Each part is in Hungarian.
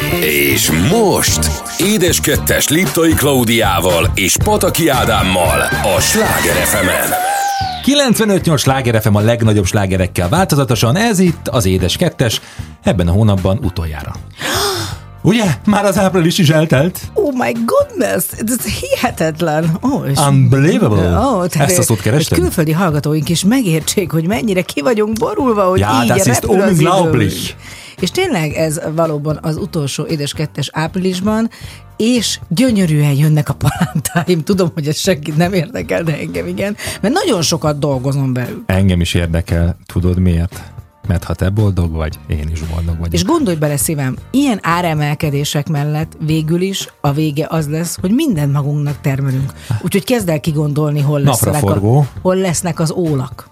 És most Édes Kettes Liptai Klaudiával és Pataki Ádámmal a Sláger FM-en. 95-8 Sláger FM a legnagyobb slágerekkel változatosan, ez itt az Édes Kettes, ebben a hónapban utoljára. Ugye? Már az április is eltelt. Oh my goodness! Ez hihetetlen. Unbelievable. Ezt a szót kerestem. Külföldi hallgatóink is megértsék, hogy mennyire ki vagyunk borulva, hogy így repül az idő. És tényleg ez valóban az utolsó Édes Kettes áprilisban, és gyönyörűen jönnek a palántáim. Tudom, hogy ez senkit nem érdekel, de engem igen, mert nagyon sokat dolgozom belül. Engem is érdekel. Tudod miért? Mert ha te boldog vagy, én is boldog vagyok. És gondolj bele, szívem, ilyen áremelkedések mellett végül is a vége az lesz, hogy mindent magunknak termelünk. Úgyhogy kezd el kigondolni, hol lesznek az ólak.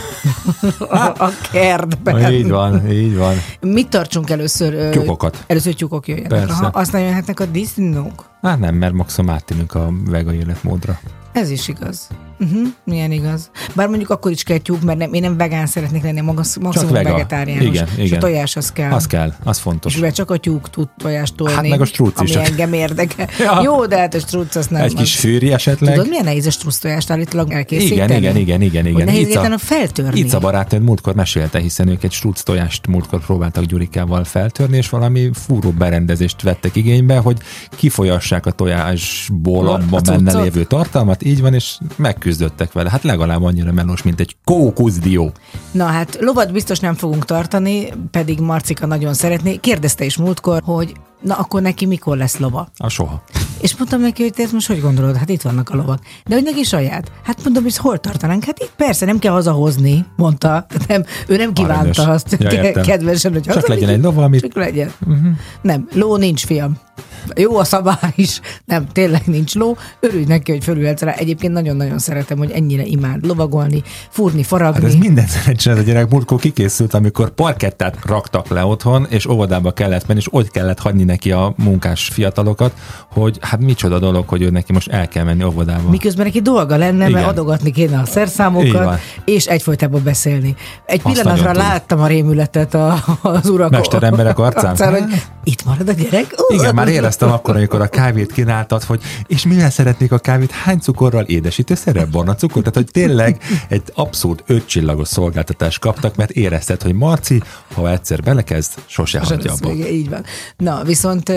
A kertben. Így van. Mit tartsunk először? Tyúkokat. Először tyúkok jöjjenek. Aztán jöhetnek a disznók. Hát nem, mert maximum áttérünk a vega életmódra. Ez is igaz. Milyen igaz. Bár mondjuk akkor is kell tyúk, mert én nem vegán szeretnék lenni, maximum vegetáriánus. Igen. És a tojás az kell. Az kell, az fontos. És csak a tyúk tud tojást tolni. Hát meg a strúc is. Ami engem érdekel. Ja. Jó, de hát a strúc azt nem. Egy kis fűri esetleg. Tudod, milyen nehéz a struc tojást állítólag elkészíteni? Igen. Hogy nehéz egyáltalán feltörni. Ica barátnőd múltkor mesélte, hiszen ők egy struc tojást múltkor próbáltak Gyurikával feltörni, és valami fúró berendezést vettek igénybe, hogy kifolyassák a tojásból abban benne lévő tartalmat, így van, és megküzdöttek vele. Hát legalább annyira melós, mint egy kókuszdió. Na hát lovat biztos nem fogunk tartani, pedig Marcika nagyon szeretné. Kérdezte is múltkor, hogy na akkor neki mikor lesz lova? Soha. És mondtam neki, hogy te ezt most hogy gondolod? Hát itt vannak a lovak. De hogy neki saját? Hát mondom, hogy hol tartanánk? Hát itt persze nem kell hazahozni, mondta. Nem, ő nem kívánta azt kedvesen, hogy csak legyen egy lova, amit... Csak legyen. Nem, ló nincs, fiam. Jó a szabály is. Nem, tényleg nincs ló. Örülj neki, hogy fölülhetsz rá. Egyébként nagyon-nagyon szeretem, hogy ennyire imád lovagolni, fúrni, faragni. Hát ez minden szeretsen a gyerek. Múltkor kikészült, amikor parkettát raktak le otthon, és óvodába kellett menni, és ott kellett hagyni neki a munkás fiatalokat, hogy hát micsoda dolog, hogy ő neki most el kell menni óvodába. Miközben neki dolga lenne, mert adogatni kéne a szerszámokat, és egyfolytában beszélni. Egy pillanatra láttam a rémületet az urak mesteremberek arcán, hogy itt marad a gyerek. Igen, már éreztem akkor, amikor a kávét kínáltad, hogy és mivel szeretnék a kávét, hány cukorral, édesítőszerrel, barna cukor? Tehát, hogy tényleg egy abszolút 5 csillagos szolgáltatást kaptak, mert érezted, hogy Marci, ha egyszer belekezd, sose hagyja abba. Így van. Na, viszont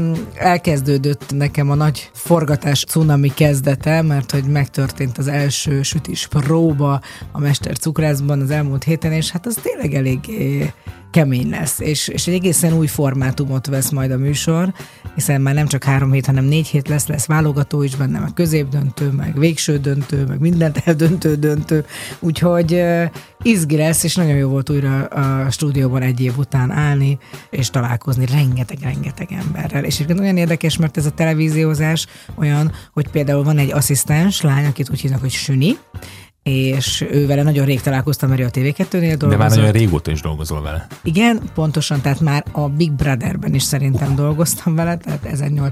elkezdődött nekem a nagy forgatás cunami kezdete, mert hogy megtörtént az első sütis próba a Mester Cukrászban az elmúlt héten, és hát az tényleg elég kemény lesz, és egy egészen új formátumot vesz majd a műsor, hiszen már nem csak 3 hét, hanem 4 hét lesz válogató is benne, meg középdöntő, meg végső döntő, meg mindent eldöntő döntő, úgyhogy izgi lesz, és nagyon jó volt újra a stúdióban egy év után állni, és találkozni rengeteg emberrel. És egyébként olyan érdekes, mert ez a televíziózás olyan, hogy például van egy asszisztens lány, akit úgy hívnak, hogy Süni, és ő vele nagyon rég találkoztam, mert ő a TV2-nél dolgozott. De már nagyon régóta is dolgozol vele. Igen, pontosan, tehát már a Big Brotherben is szerintem dolgoztam vele, tehát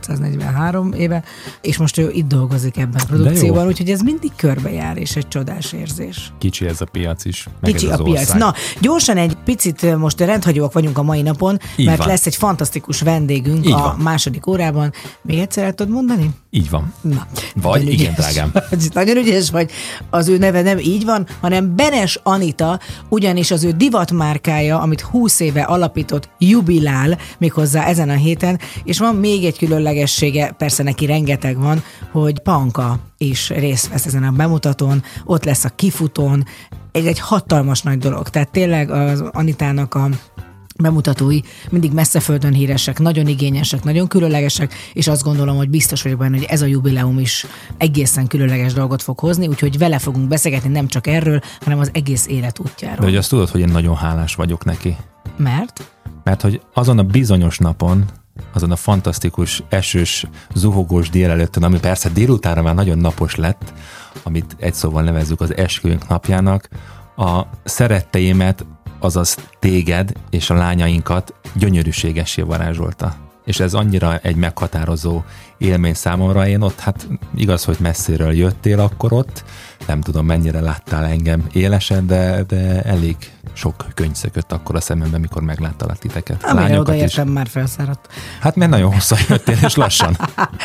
1843 éve, és most ő itt dolgozik ebben a produkcióban, úgyhogy ez mindig körbejár, és egy csodás érzés. Kicsi ez a piac is, meg kicsi ez az a piac. ország. Na, gyorsan egy picit most rendhagyóak vagyunk a mai napon, így mert van. Lesz egy fantasztikus vendégünk így a van. Második órában. Még egyszer el tudod mondani? Így van. Na, vagy igen, drágám. Nagyon ügyes vagy. Az ő neve nem így van, hanem Benes Anita, ugyanis az ő divatmárkája, amit 20 éve alapított, jubilál méghozzá ezen a héten, és van még egy különlegessége, persze neki rengeteg van, hogy Panka is részt vesz ezen a bemutatón, ott lesz a kifutón, egy hatalmas nagy dolog, tehát tényleg az Anitának a bemutatói mindig messzeföldön híresek, nagyon igényesek, nagyon különlegesek, és azt gondolom, hogy biztos vagyok benne, hogy ez a jubileum is egészen különleges dolgot fog hozni, úgyhogy vele fogunk beszélgetni nem csak erről, hanem az egész életútjáról. De hogy azt tudod, hogy én nagyon hálás vagyok neki. Mert? Mert hogy azon a bizonyos napon, azon a fantasztikus, esős, zuhogós délelőttön, ami persze délutánra már nagyon napos lett, amit egy szóval nevezzük az esküvőnk napjának, a szeretteimet, azaz téged és a lányainkat gyönyörűségessé varázsolta. És ez annyira egy meghatározó élmény számomra. Én ott, hát igaz, hogy messziről jöttél akkor ott, nem tudom mennyire láttál engem élesen, de elég sok könyv szökött akkor a szememben, mikor megláttalak titeket. Amire odaértem, már felszáradt. Hát mert nagyon hosszan jöttél, és lassan.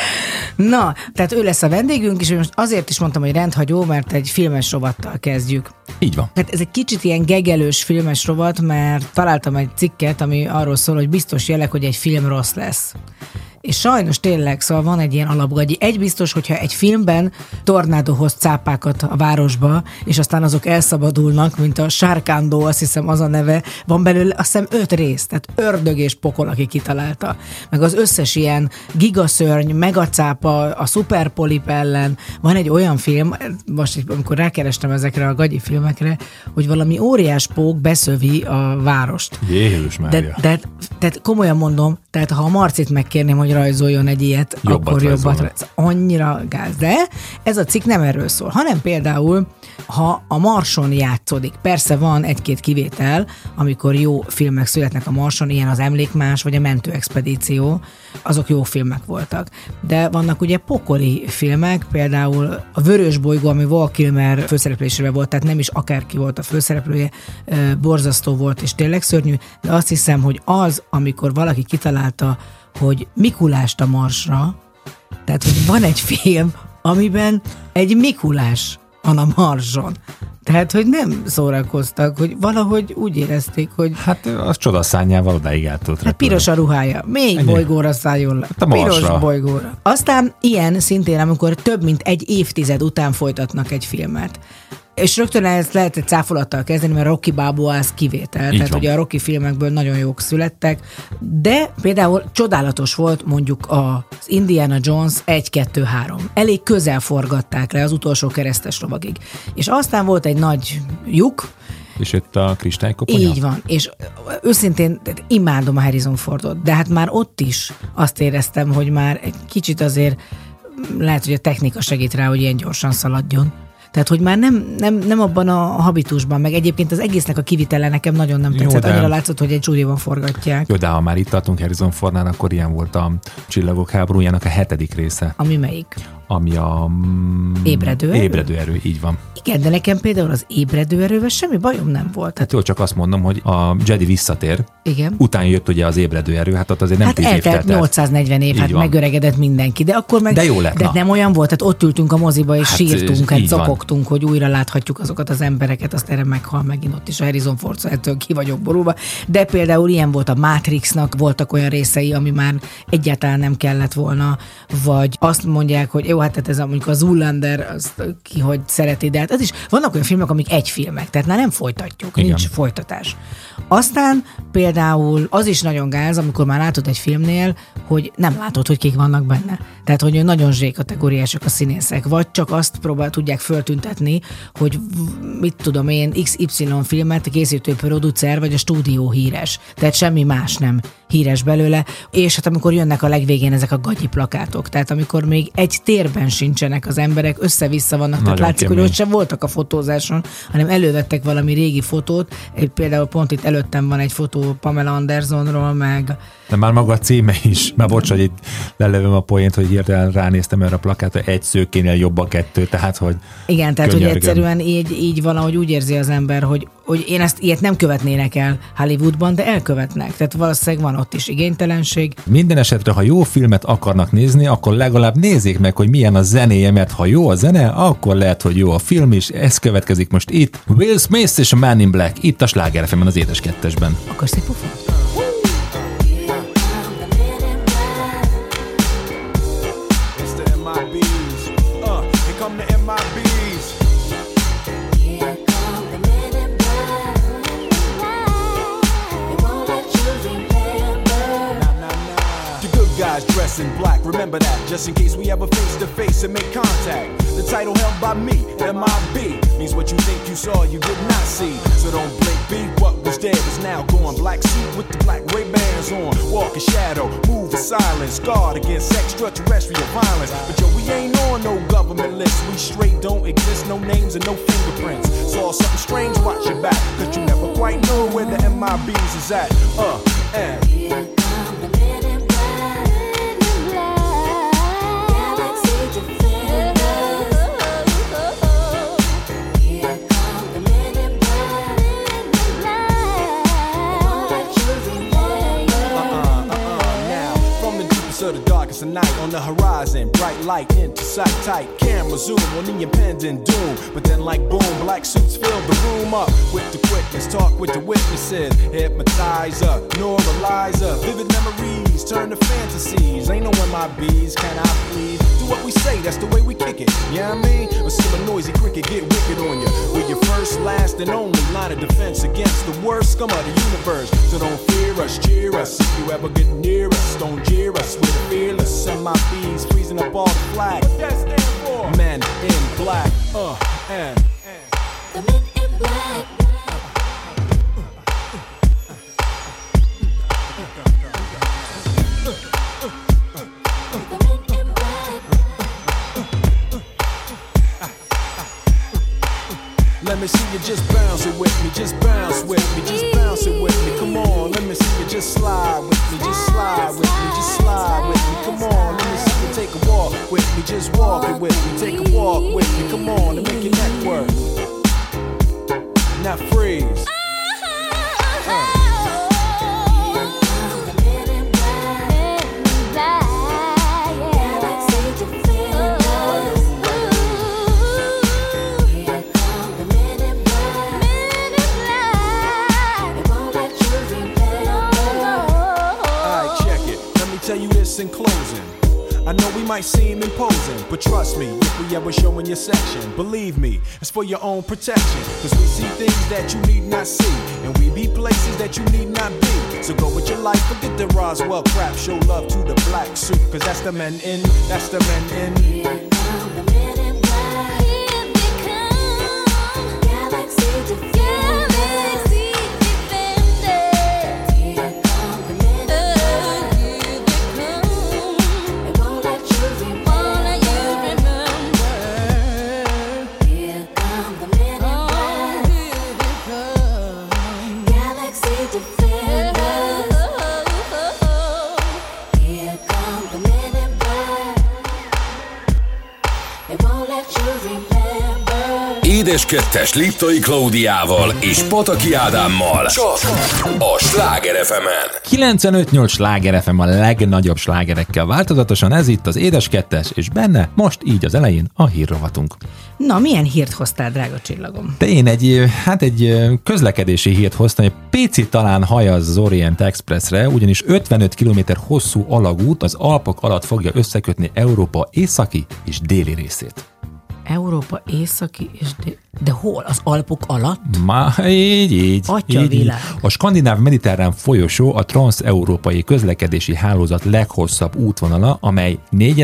Na, tehát ő lesz a vendégünk, és most azért is mondtam, hogy rendhagyó, mert egy filmes rovattal kezdjük. Így van. Hát ez egy kicsit ilyen gegelős filmes rovat, mert találtam egy cikket, ami arról szól, hogy biztos jelek, hogy egy film rossz lesz. És sajnos tényleg, szóval van egy ilyen alapgagyi. Egy biztos, hogyha egy filmben tornádó hoz cápákat a városba, és aztán azok elszabadulnak, mint a Sárkándó, azt hiszem az a neve, van belőle azt hiszem 5 rész, tehát ördög és pokol, aki kitalálta. Meg az összes ilyen gigaszörny, megacápa, a szuperpolip ellen. Van egy olyan film, most amikor rákerestem ezekre a gagyi filmekre, hogy valami óriás pók beszövi a várost. Jézus Mária. Tehát komolyan mondom, tehát ha a Marcit megkérném, hogy rajzoljon egy ilyet, akkor jobbat. Annyira gáz. De ez a cikk nem erről szól, hanem például, ha a Marson játszódik. Persze van egy-két kivétel, amikor jó filmek születnek a Marson, ilyen az Emlékmás, vagy a Mentőexpedíció, azok jó filmek voltak. De vannak ugye pokoli filmek, például a Vörös bolygó, ami Val Kilmer főszereplésével volt, tehát nem is akárki volt a főszereplője, borzasztó volt és tényleg szörnyű, de azt hiszem, hogy az, amikor valaki kitalálta, hogy Mikulást a Marsra, tehát hogy van egy film, amiben egy Mikulás van a Marson. Tehát, hogy nem szórakoztak, hogy valahogy úgy érezték, hogy... Hát az csodaszárnyával odáig át tudott repülni. Piros a ruhája. Még ennyi. Bolygóra szálljon le. Hát piros bolygóra. Aztán ilyen szintén, amikor több mint egy évtized után folytatnak egy filmet. És rögtön ezt lehet egy cáfolattal kezdeni, mert Rocky Balboa az kivétel. Tehát ugye a Rocky filmekből nagyon jók születtek, de például csodálatos volt mondjuk az Indiana Jones 1-2-3. Elég közel forgatták le az utolsó keresztes lovagig. És aztán volt egy nagy lyuk, és jött a kristálykoponyha? Így van, és őszintén imádom a Harrison Fordot, de hát már ott is azt éreztem, hogy már egy kicsit azért lehet, hogy a technika segít rá, hogy ilyen gyorsan szaladjon. Tehát, hogy már nem abban a habitusban, meg egyébként az egésznek a kivitele nekem nagyon nem tetszett. Annyira látszott, hogy egy stúdióban forgatják. Jó, de ha már itt tartunk Harrison Fordnál, akkor ilyen volt a Csillagok háborújának a 7. része. Ami melyik? Ami a... Ébredő erő? Ébredő erő, így van. Igen, de nekem például az ébredő erővel semmi bajom nem volt. Hát jó, csak azt mondom, hogy a Jedi visszatér. Igen. Utána jött ugye az ébredő erő, hát ott azért nem 10 év telt. 840 év, hát megöregedett mindenki, de akkor meg... De jó lett, de nem olyan volt, tehát ott ültünk a moziba és sírtunk, hát zokogtunk, hogy újra láthatjuk azokat az embereket, azt erre meghal megint ott is a Harrison Ford, szóval ettől ki vagyok borulva. De például ilyen volt a Matrixnak, voltak olyan részei, ami már egyáltalán nem kellett volna, vagy azt mondják, hogy jó, hát ez mondjuk a Zoolander, azt ki hogy szereti, de hát ez is, vannak olyan filmek, amik egy filmek, tehát már nem folytatjuk, igen. Nincs folytatás. Aztán például az is nagyon gáz, amikor már látod egy filmnél, hogy nem látod, hogy kik vannak benne. Tehát, hogy nagyon zsé-kategóriások a színészek, vagy csak azt tudják föltüntetni, hogy mit tudom én, XY filmet készítő producer, vagy a stúdió híres. Tehát semmi más nem híres belőle, és hát amikor jönnek a legvégén ezek a gagyi plakátok, tehát amikor még egy térben sincsenek az emberek, össze-vissza vannak, tehát látszik, hogy ott sem voltak a fotózáson, hanem elővettek valami régi fotót, például pont itt előttem van egy fotó Pamela Andersonról, meg... De már maga a címe is, már bocs, hogy itt lelövöm a poént, hogy hirtelen ránéztem erre a plakátra, egy szőkénél jobb a 2, tehát hogy... Igen, tehát hogy egyszerűen így valahogy úgy érzi az ember, hogy én ezt ilyet nem követnének el Hollywoodban, de elkövetnek. Tehát valószínűleg van ott is igénytelenség. Minden esetre, ha jó filmet akarnak nézni, akkor legalább nézzék meg, hogy milyen a zenéje, mert ha jó a zene, akkor lehet, hogy jó a film is. Ez következik most itt. Will Smith és a Man in Black, itt a Sláger FM-en, az Édes Kettesben. Akkor szép pofont. In black, remember that, just in case we ever face to face and make contact. The title held by me, MIB, means what you think you saw, you did not see. So don't blink, be what was dead is now gone. Black suit with the black Ray-Bans on, walk in shadow, move in silence, guard against extraterrestrial violence. But yo, we ain't on no government list, we straight don't exist, no names and no fingerprints. Saw something strange, watch your back, cause you never quite know where the MIBs is at. And It's a night on the horizon, bright light into sight tight. Camera zoom on the impending doom. But then like boom, black suits fill the room up with the quickness. Talk with the witnesses, hypnotizer, neuralizer. Vivid memories turn to fantasies. Ain't no MIBs, can I please? Do what we say, that's the way we kick it. You know what I mean? Or see a noisy cricket get wicked on you. We're your first, last, and only line of defense against the worst scum of the universe. So don't fear us, cheer us. If you ever get near us, don't jeer us. We're the fearless. MIBs freezing up all the flag. What that stand for? Men in black. And the men in black. Let me see you just bounce it with me, just bounce with me, just bounce it with me. Come on, let me see you just slide with me, just slide with me, just slide with me. Come on, let me see you take a walk with me, just walk it with me, take a walk with me. Come on, and make your neck work. Now freeze. In closing, I know we might seem imposing, but trust me, if we ever show in your section, believe me, it's for your own protection. Cause we see things that you need not see, and we be places that you need not be. So go with your life, forget the Roswell crap. Show love to the black suit, cause that's the men in, that's the men in. Here come the men in black. Here they come. Galaxy defenders. Here come the men in black. Édes Kettes Liptai Klaudiával és Pataki Ádámmal csak a Sláger FM-en. 95.8 Sláger FM a legnagyobb slágerekkel változatosan, ez itt az Édes Kettes, és benne most így az elején a hírrovatunk. Na, milyen hírt hoztál, drága csillagom? De én egy közlekedési hírt hoztam, egy picit talán hajaz az Orient Expressre, ugyanis 55 km hosszú alagút az Alpok alatt fogja összekötni Európa északi és déli részét. Európa északi és de hol? Az Alpok alatt? Így. Atyavilág. A skandináv mediterrán folyosó a transzeurópai közlekedési hálózat leghosszabb útvonala, amely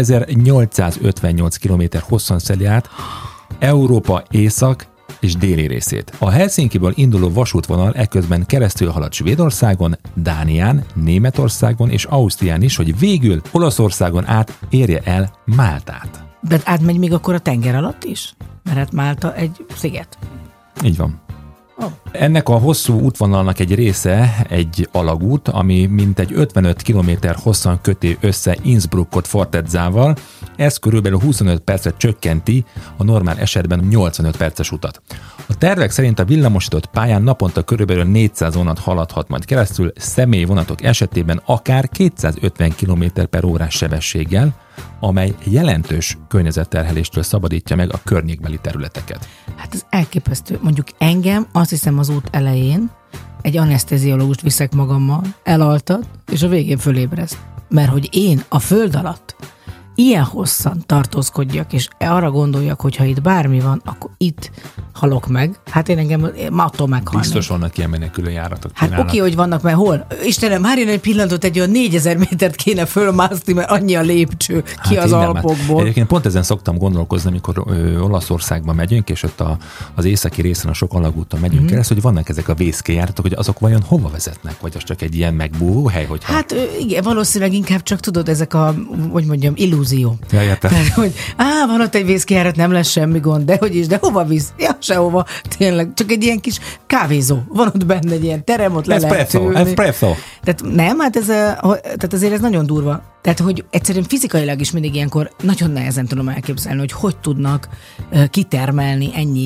4858 km hosszan szeli át Európa észak és déli részét. A Helsinkiből induló vasútvonal eközben keresztül halad Svédországon, Dánián, Németországon és Ausztrián is, hogy végül Olaszországon át érje el Máltát. De átmegy még akkor a tenger alatt is? Mert hát Málta egy sziget. Így van. Oh. Ennek a hosszú útvonalnak egy része egy alagút, ami mintegy 55 km hosszan köti össze Innsbruckot Fortezzával. Ez körülbelül 25 percet csökkenti a normál esetben 85 perces utat. A tervek szerint a villamosított pályán naponta körülbelül 400 vonat haladhat majd keresztül, személyvonatok esetében akár 250 km/h sebességgel, amely jelentős környezetterheléstől szabadítja meg a környékbeli területeket. Hát ez elképesztő. Mondjuk engem, azt hiszem az út elején egy anesztéziológust viszek magammal, elaltat, és a végén fölébreszt. Mert hogy én a föld alatt ilyen hosszan tartózkodjak, és arra gondoljak, hogy ha itt bármi van, akkor itt halok meg. Hát én engem attól meghalnék. Biztos vannak ilyen menekülő járatok. Hát oké, hogy vannak, mert hol? Istenem, várjon egy pillanatot, egy olyan 4000 métert kéne fölmászni, mert annyi a lépcső ki az Alpokból. Egyébként pont ezen szoktam gondolkozni, amikor Olaszországba megyünk, és ott az északi részen a sok alagúton megyünk keresztül, hogy vannak ezek a vészkijáratok, hogy azok vajon hova vezetnek, vagy az csak egy ilyen megbúvó hely, hogyha... Hát igen, valószínűleg inkább csak tudod, ezek a, hogy mondjam, illúzió. Ja, értem. Tehát, hogy van ott egy vészkijárat, nem lesz semmi gond, de hova visz? Ja, sehova. Tényleg, csak egy ilyen kis kávézó. Van ott benne egy ilyen terem, ott le lehet ülni. Espresso. Tehát nem, tehát azért ez nagyon durva. Tehát, hogy egyszerűen fizikailag is mindig ilyenkor nagyon nehezen tudom elképzelni, hogy tudnak kitermelni ennyi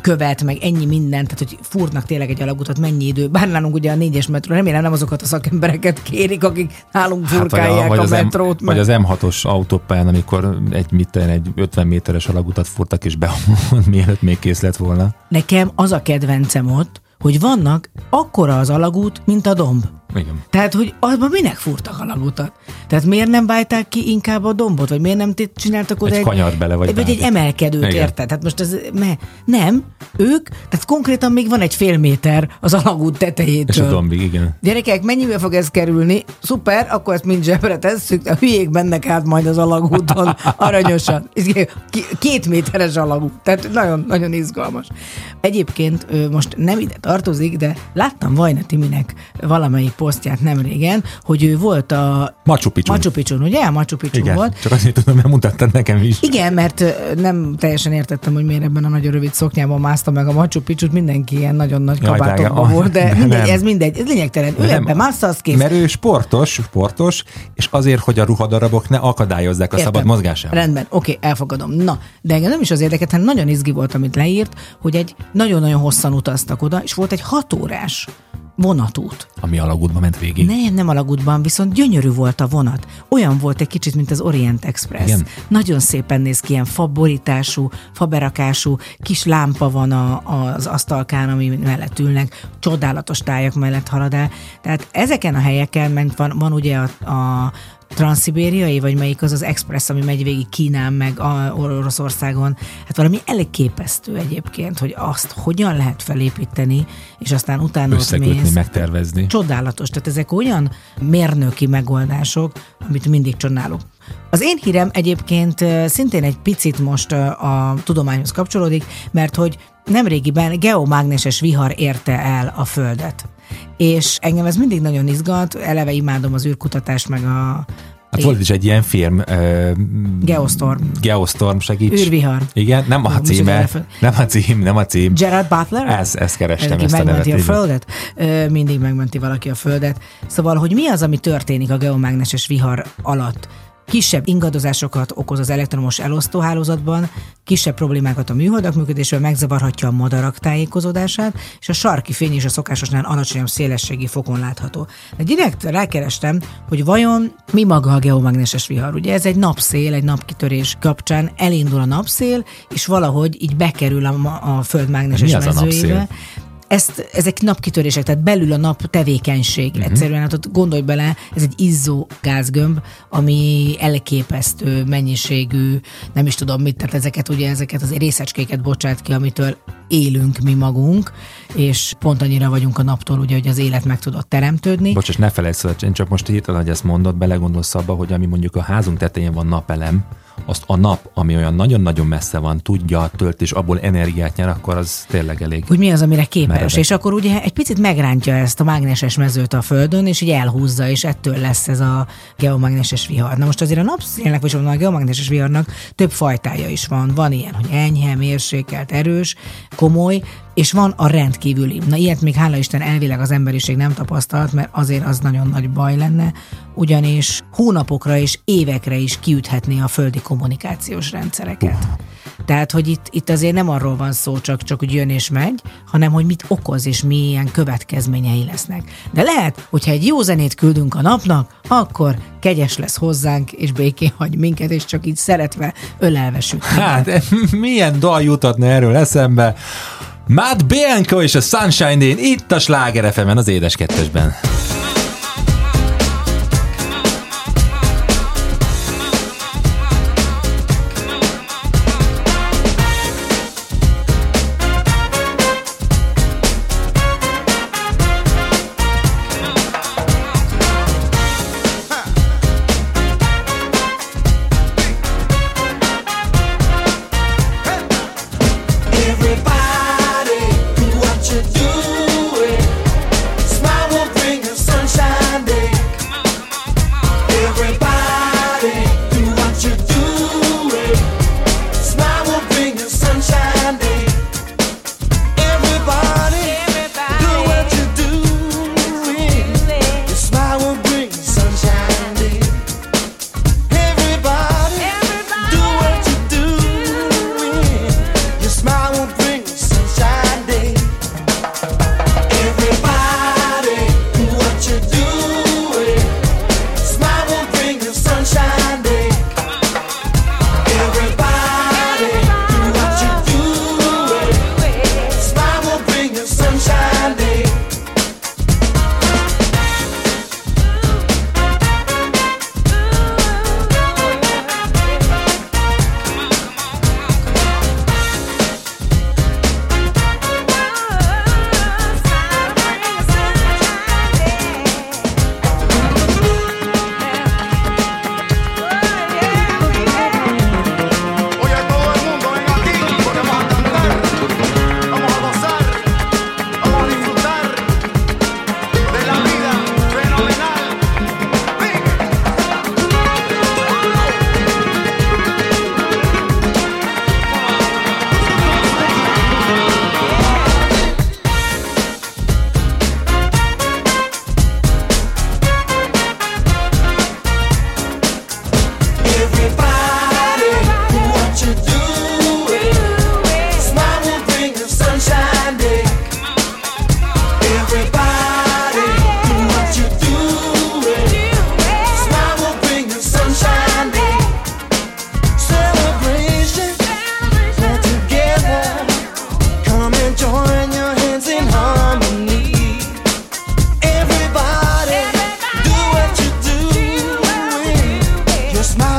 követ, meg ennyi mindent, tehát hogy fúrnak tényleg egy alagutat, mennyi idő. Bár nálunk ugye a 4-es metró, remélem nem azokat a szakembereket kérik, akik nálunk furkálják a metrót. Vagy az M6-os autópályán, amikor egy 50 méteres alagutat fúrtak és beomlott, mielőtt még kész lett volna. Nekem az a kedvencem ott, hogy vannak akkora az alagút, mint a domb. Igen. Tehát, hogy abban minek fúrtak alagutat? Tehát miért nem válták ki inkább a dombot? Vagy miért nem csináltak oda egy kanyart bele, vagy egy emelkedőt, érted? Tehát most ez, nem, ők, tehát konkrétan még van egy fél méter az alagút tetejétől. És a dombig, igen. Gyerekek, mennyibe fog ez kerülni? Szuper, akkor ezt mind zsebre tesszük, a hülyék mennek át majd az alagúton aranyosan. 2 méteres alagút, tehát nagyon, nagyon izgalmas. Egyébként most nem ide tartozik, de láttam Vajna Timinek valamelyik posztját nem régen, hogy ő volt a Machu Picchun, ugye? A Machu Picchun volt. Csak azért tudom, mert mutattad nekem is. Igen, mert nem teljesen értettem, hogy miért ebben a nagyon rövid szoknyában mászta meg a Machu Picchut, mindenki ilyen nagyon nagy kabátokban volt, de mindegy, ez mindegy, ez lényegtelen. Ő ebben mászta, az kész. Mert ő sportos, és azért, hogy a ruhadarabok ne akadályozzák a szabad mozgását. Rendben, oké, elfogadom. Na, de engem nem is az érdekelt, hanem nagyon izgi volt, amit leírt, hogy egy nagyon-nagyon hosszan utaztak oda, és volt egy 6 órás vonatút. Ami alagútban ment végig. Nem alagútban, viszont gyönyörű volt a vonat. Olyan volt egy kicsit, mint az Orient Express. Igen. Nagyon szépen néz ki, ilyen faborítású, faberakású, kis lámpa van az asztalkán, ami mellett ülnek, csodálatos tájak mellett halad el. Tehát ezeken a helyeken van ugye a transzszibériai, vagy melyik az Express, ami megy végig Kínán, meg Oroszországon. Hát valami elképesztő egyébként, hogy azt hogyan lehet felépíteni, és aztán utána összekötni, megtervezni. Csodálatos. Tehát ezek olyan mérnöki megoldások, amit mindig csodálok. Az én hírem egyébként szintén egy picit most a tudományhoz kapcsolódik, mert hogy nemrégiben geomágneses vihar érte el a Földet. És engem ez mindig nagyon izgat, eleve imádom az űrkutatást, meg a... Hát volt is egy ilyen film. Geostorm, segíts. Űrvihar. Igen, nem a cím. Gerard Butler? Ezt kerestem, ezt a nevet. Megmenti a Földet? Mindig megmenti valaki a Földet. Szóval, hogy mi az, ami történik a geomágneses vihar alatt? Kisebb ingadozásokat okoz az elektromos elosztóhálózatban, kisebb problémákat a műholdak működésében, megzavarhatja a madarak tájékozódását, és a sarki fény is a szokásosnál alacsonyabb szélességi fokon látható. De direkt rákerestem, hogy vajon mi maga a geomágneses vihar. Ugye ez egy napszél, egy napkitörés kapcsán elindul a napszél, és valahogy így bekerül a Föld mágneses mezőjébe. Ezek napkitörések, tehát belül a nap tevékenység. Egyszerűen, hát ott gondolj bele, ez egy izzó gázgömb, ami elképesztő mennyiségű, nem is tudom mit, tehát ezeket az részecskéket bocsát ki, amitől élünk mi magunk, és pont annyira vagyunk a naptól, ugye, hogy az élet meg tudott teremtődni. Bocs, és ne felejtsd, én csak most hirtelen, hogy ezt mondod, belegondolsz abba, hogy ami mondjuk a házunk tetején van napelem, azt a nap, ami olyan nagyon-nagyon messze van, tudja, tölt, és abból energiát nyer, akkor az tényleg elég. Hogy mi az, amire képes, meredek. És akkor ugye egy picit megrántja ezt a mágneses mezőt a Földön, és így elhúzza, és ettől lesz ez a geomágneses vihar. Na most azért a napszélnek, vagy a geomágneses viharnak több fajtája is van. Van ilyen, hogy enyhe, mérsékelt, erős, komoly, és van a rendkívüli. Na ilyet még hála Isten elvileg az emberiség nem tapasztalt, mert azért az nagyon nagy baj lenne, ugyanis hónapokra és évekre is kiüthetné a földi kommunikációs rendszereket. Tehát, hogy itt azért nem arról van szó, csak hogy jön és megy, hanem, hogy mit okoz és milyen következményei lesznek. De lehet, hogyha egy jó zenét küldünk a napnak, akkor kegyes lesz hozzánk, és békén hagy minket, és csak így szeretve ölelve süt. Hát, milyen dal jutatna erről eszembe? Matt Bianco és a Sunshine Day itt a Sláger FM-en, az Édes Kettesben. Everybody, do what you're doing. Smile will bring us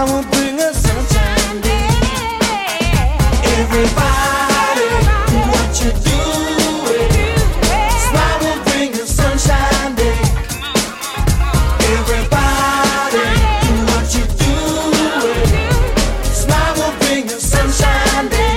will bring us sunshine day. Everybody, what you doing? Smile will bring us sunshine day. Everybody, what you doing? Smile will bring us sunshine day.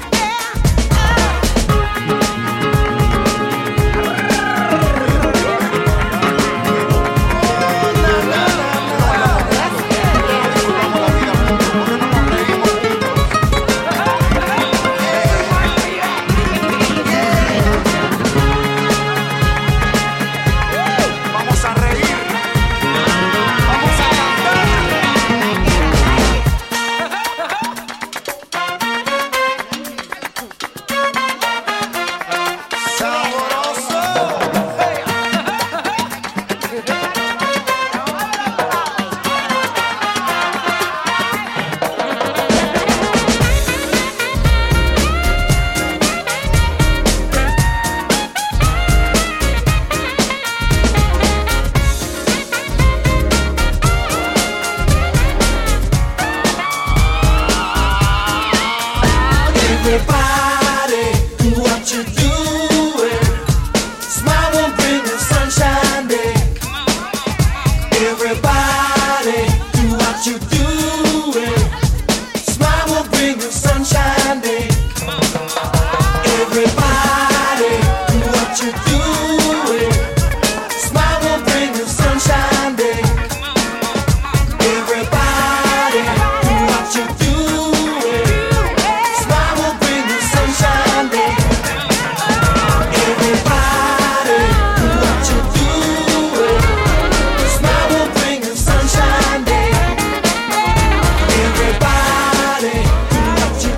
Everybody, what you doing? Smile will bring us sunshine day. Everybody, what you doing? Smile will bring us sunshine day. Everybody, what you doing? Smile will bring us sunshine day. Everybody, what you doing? Smile will bring us sunshine day. Everybody, what you doing? Smile will bring us sunshine day. Everybody, what you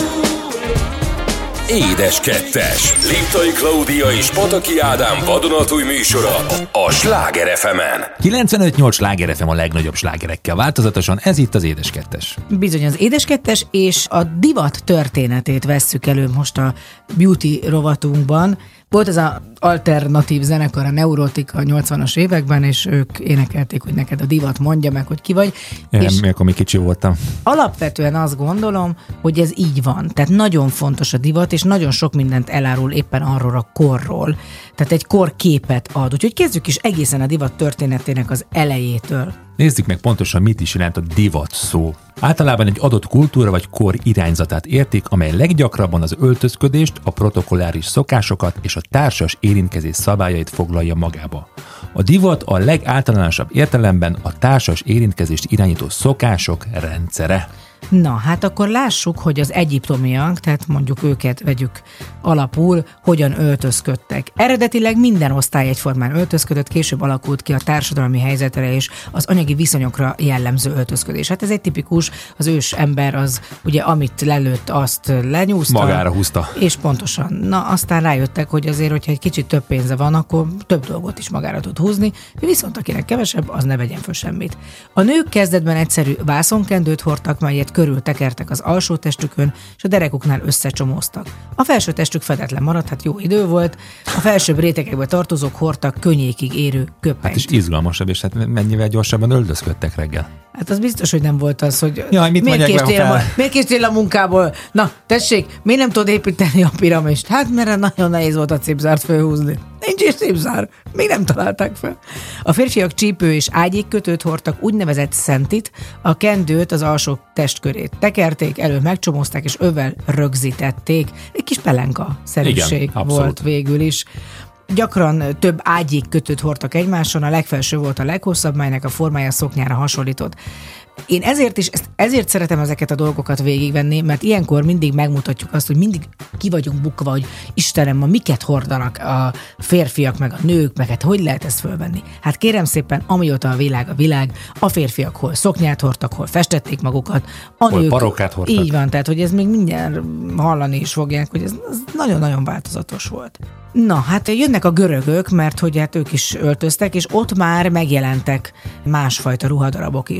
doing? Édes Kettes. Liptai Klaudia és Pataki Ádám vadonatúj műsora a Sláger FM-en. 95-8 Sláger FM a legnagyobb slágerekkel változatosan, ez itt az Édes Kettes. Bizony az Édes Kettes, és a divat történetét vesszük elő most a beauty rovatunkban. Volt ez az alternatív zenekar, a Neurotika a 80-as években, és ők énekelték, hogy neked a divat mondja meg, hogy ki vagy. És Én akkor még kicsi voltam. alapvetően azt gondolom, hogy ez így van. Tehát nagyon fontos a divat, és nagyon sok mindent elárul éppen arról a korról. Tehát egy korképet ad. Úgyhogy kezdjük is egészen a divat történetének az elejétől. Nézzük meg pontosan, mit is jelent a divat szó. Általában egy adott kultúra vagy kor irányzatát értik, amely leggyakrabban az öltözködést, a protokolláris szokásokat és a társas érintkezés szabályait foglalja magába. A divat a legáltalánosabb értelemben a társas érintkezést irányító szokások rendszere. Na, hát akkor lássuk, hogy az egyiptomiak, tehát mondjuk őket vegyük alapul, hogyan öltözködtek. Eredetileg minden osztály egyformán öltözködött, később alakult ki a társadalmi helyzetre és az anyagi viszonyokra jellemző öltözködés. Hát ez egy tipikus, az ős ember az ugye amit lelőtt, azt lenyúzta. Magára húzta. És pontosan. Na, aztán rájöttek, hogy azért, hogyha egy kicsit több pénze van, akkor több dolgot is magára tud húzni, viszont akinek kevesebb, az ne vegyen föl semmit. A nők kezdetben egyszerű vászonkendőt hordtak, melyet körül tekertek az alsó testükön, és a derekuknál összecsomóztak. A felső testük fedetlen maradt, hát jó idő volt, a felsőbb rétegekbe tartozók hordtak könnyékig érő köpenyt. És izgalmasabb, és hát mennyivel gyorsabban öltözködtek reggel. Hát az biztos, hogy nem volt az, hogy Jaj, mit miért késtél a munkából? Na, tessék, miért nem tudod építeni a piramist? Hát mert nagyon nehéz volt a cipzárt fölhúzni. Nincs is cipzár. Még nem találták fel. A férfiak csípő és ágyékkötőt hordtak, úgynevezett szentit, a kendőt az alsó testkörét tekerték, elő megcsomózták és övvel rögzítették. Egy kis pelenka-szerűség volt végül is. Gyakran több ágyékkötőt hordtak egymáson, a legfelső volt a leghosszabb, melynek a formája szoknyára hasonlított. Én ezért szeretem ezeket a dolgokat végigvenni, mert ilyenkor mindig megmutatjuk azt, hogy mindig ki vagyunk bukva, hogy Istenem, ma miket hordanak a férfiak, meg a nők, meg hát hogy lehet ezt fölvenni? Hát kérem szépen, amióta a világ, a férfiak hol szoknyát hordtak, hol festették magukat, a hol nők parókát hordtak. Így van, tehát hogy ez még mindjárt hallani is fogják, hogy ez nagyon-nagyon változatos volt. Na, hát jönnek a görögök, mert hogy hát ők is öltöztek, és ott már megjelentek másfajta ruhadarabok is.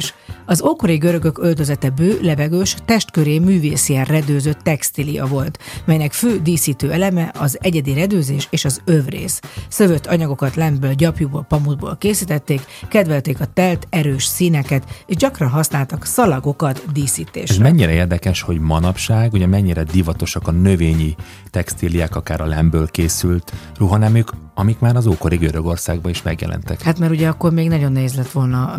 Az ókori görögök öltözete bő, levegős, testköré művészien redőzött textília volt, melynek fő díszítő eleme az egyedi redőzés és az övrész. Szövött anyagokat lemből, gyapjúból, pamutból készítették, kedvelték a telt, erős színeket, és gyakran használtak szalagokat díszítésre. Ez mennyire érdekes, hogy manapság, ugye mennyire divatosak a növényi textíliák, akár a lemből készült ruhaneműk, amik már az ókori Görögországban is megjelentek. Hát mert ugye akkor még nagyon nehéz lett volna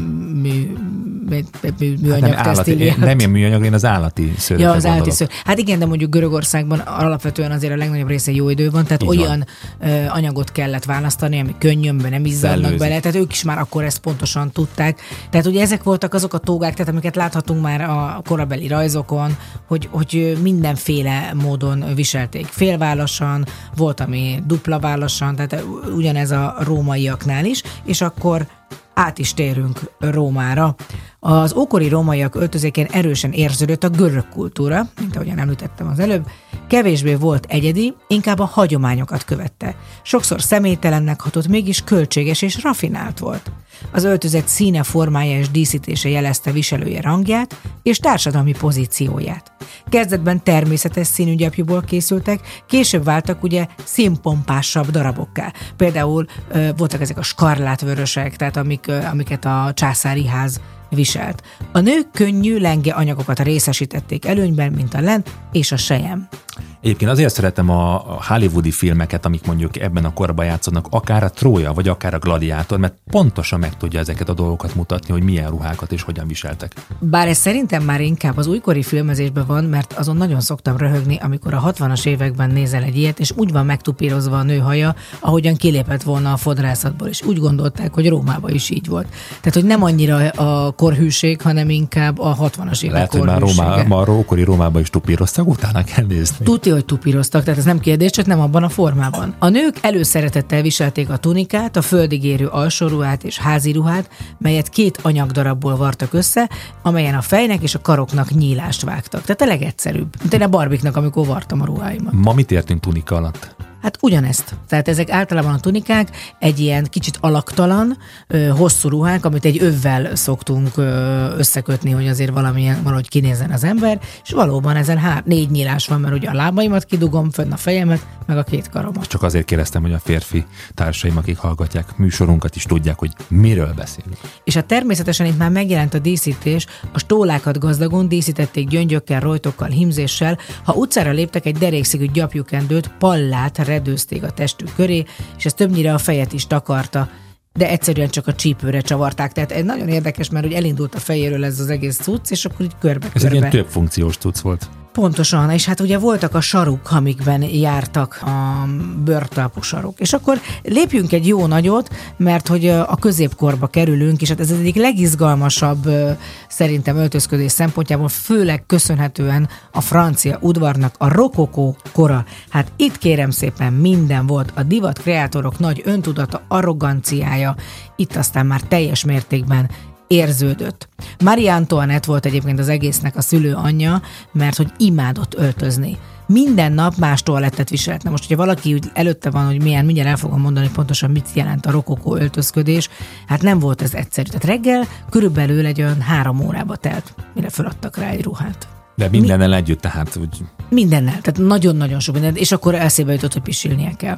műanyag textíliát. Nem ilyen műanyag, én az állati szőrökre az állati gondolok. szőr. Hát igen, de mondjuk Görögországban alapvetően azért a legnagyobb része jó idő van, tehát Így olyan anyagot kellett választani, ami könnyönbe nem izzadnak Szellőzik. bele, tehát ők is már akkor ezt pontosan tudták. Tehát ugye ezek voltak azok a tógák, tehát amiket láthatunk már a korabeli rajzokon, hogy mindenféle módon viselték. Félvállasan, volt, ami dupla vállasan, tehát ugyanez a rómaiaknál is, és akkor át is térünk Rómára. Az ókori rómaiak öltözékén erősen érződött a görög kultúra, mint ahogyan említettem az előbb, kevésbé volt egyedi, inkább a hagyományokat követte. Sokszor személytelennek hatott, mégis költséges és rafinált volt. Az öltözet színe, formája és díszítése jelezte viselője rangját és társadalmi pozícióját. Kezdetben természetes színű gyapjúból készültek, később váltak ugye színpompásabb darabokká. Például voltak ezek a skarlátvörösek, tehát amiket a császári ház viselt. A nők könnyű, lenge anyagokat részesítették előnyben, mint a len és a sejem. Egyébként azért szeretem a hollywoodi filmeket, amik mondjuk ebben a korban játszódnak, akár a Trója, vagy akár a Gladiátor, mert pontosan meg tudja ezeket a dolgokat mutatni, hogy milyen ruhákat és hogyan viseltek. Bár ez szerintem már inkább az újkori filmezésben van, mert azon nagyon szoktam röhögni, amikor a 60-as években nézel egy ilyet, és úgy van megtupírozva a nő haja, ahogyan kilépett volna a fodrászatból, és úgy gondolták, hogy Rómában is így volt. Tehát, hogy nem annyira a korhűség, hanem inkább a 60-as évek Lehet, hogy már korhűsége. már ókori Rómában is tupíroztak, utána kell nézni. Tudja, hogy tupíroztak, tehát ez nem kérdés, csak nem abban a formában. A nők előszeretettel viselték a tunikát, a földig érő alsóruhát és házi ruhát, melyet 2 anyagdarabból vartak össze, amelyen a fejnek és a karoknak nyílást vágtak. Tehát a legegyszerűbb. Mint én a Barbiknak, amikor vartam a ruháimat. Ma mit értünk tunika alatt? Hát ugyanezt. Tehát ezek általában a tunikák egy ilyen kicsit alaktalan, hosszú ruhák, amit egy övvel szoktunk összekötni, hogy azért valahogy kinézzen az ember, és valóban ezen 4 nyílás van, mert ugye a lábaimat kidugom, fönn a fejemet, meg a 2 karomat. Csak azért kérdeztem, hogy a férfi társaim, akik hallgatják műsorunkat is tudják, hogy miről beszélünk. És hát természetesen itt már megjelent a díszítés, a stólákat gazdagon díszítették gyöngyökkel, rojtokkal, hímzéssel, ha utcára léptek, egy derékszögű gyapjukendőt, pallát redőzték a testük köré, és ez többnyire a fejet is takarta, de egyszerűen csak a csípőre csavarták. Tehát ez nagyon érdekes, mert hogy elindult a fejéről ez az egész cucc, és akkor így Ez körbe-körbe. egy ilyen több funkciós cucc volt. Pontosan, és hát ugye voltak a saruk, amikben jártak a bőrtalpú saruk. És akkor lépjünk egy jó nagyot, mert hogy a középkorba kerülünk, és hát ez az egyik legizgalmasabb szerintem öltözködés szempontjából, főleg köszönhetően a francia udvarnak a rokokó kora. Hát itt kérem szépen minden volt, a divat kreátorok nagy öntudata, arroganciája, itt aztán már teljes mértékben érződött. Marie Antoinette volt egyébként az egésznek a szülő anyja, mert hogy imádott öltözni. Minden nap más toalettet viselt. Na most, hogyha valaki úgy előtte van, hogy milyen, mindjárt el fogom mondani pontosan, mit jelent a rokokó öltözködés, hát nem volt ez egyszerű. Tehát reggel körülbelül egy olyan 3 órába telt, mire feladtak rá egy ruhát. De mindennel együtt, tehát úgy... Mindennel, tehát nagyon-nagyon sok minden, és akkor eszébe jutott, hogy pisilnie kell.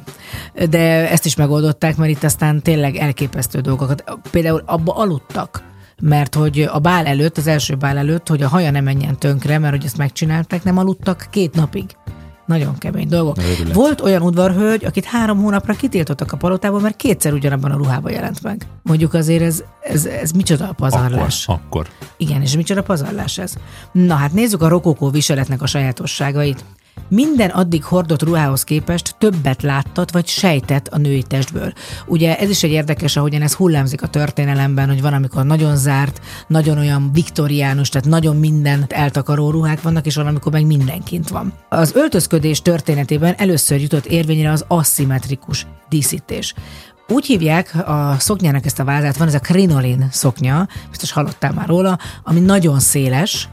De ezt is megoldották, mert itt aztán tényleg elképesztő dolgokat. Például abba aludtak, mert hogy a bál előtt, az első bál előtt, hogy a haja ne menjen tönkre, mert hogy ezt megcsinálták, nem aludtak 2 napig. Nagyon kemény dolgok. Őrület. Volt olyan udvarhölgy, akit 3 hónapra kitiltottak a palotából, mert 2-szer ugyanabban a ruhában jelent meg. Mondjuk azért ez micsoda a pazarlás. Akkor. Igen, és micsoda pazarlás ez. Na hát nézzük a rokokó viseletnek a sajátosságait. Minden addig hordott ruhához képest többet láttat vagy sejtett a női testből. Ugye ez is egy érdekes, ahogyan ez hullámzik a történelemben, hogy van, amikor nagyon zárt, nagyon olyan viktoriánus, tehát nagyon mindent eltakaró ruhák vannak, és van, amikor meg mindenkint van. Az öltözködés történetében először jutott érvényre az aszimmetrikus díszítés. Úgy hívják a szoknyának ezt a vázát, van ez a krinolin szoknya, biztos hallottál már róla, ami nagyon széles,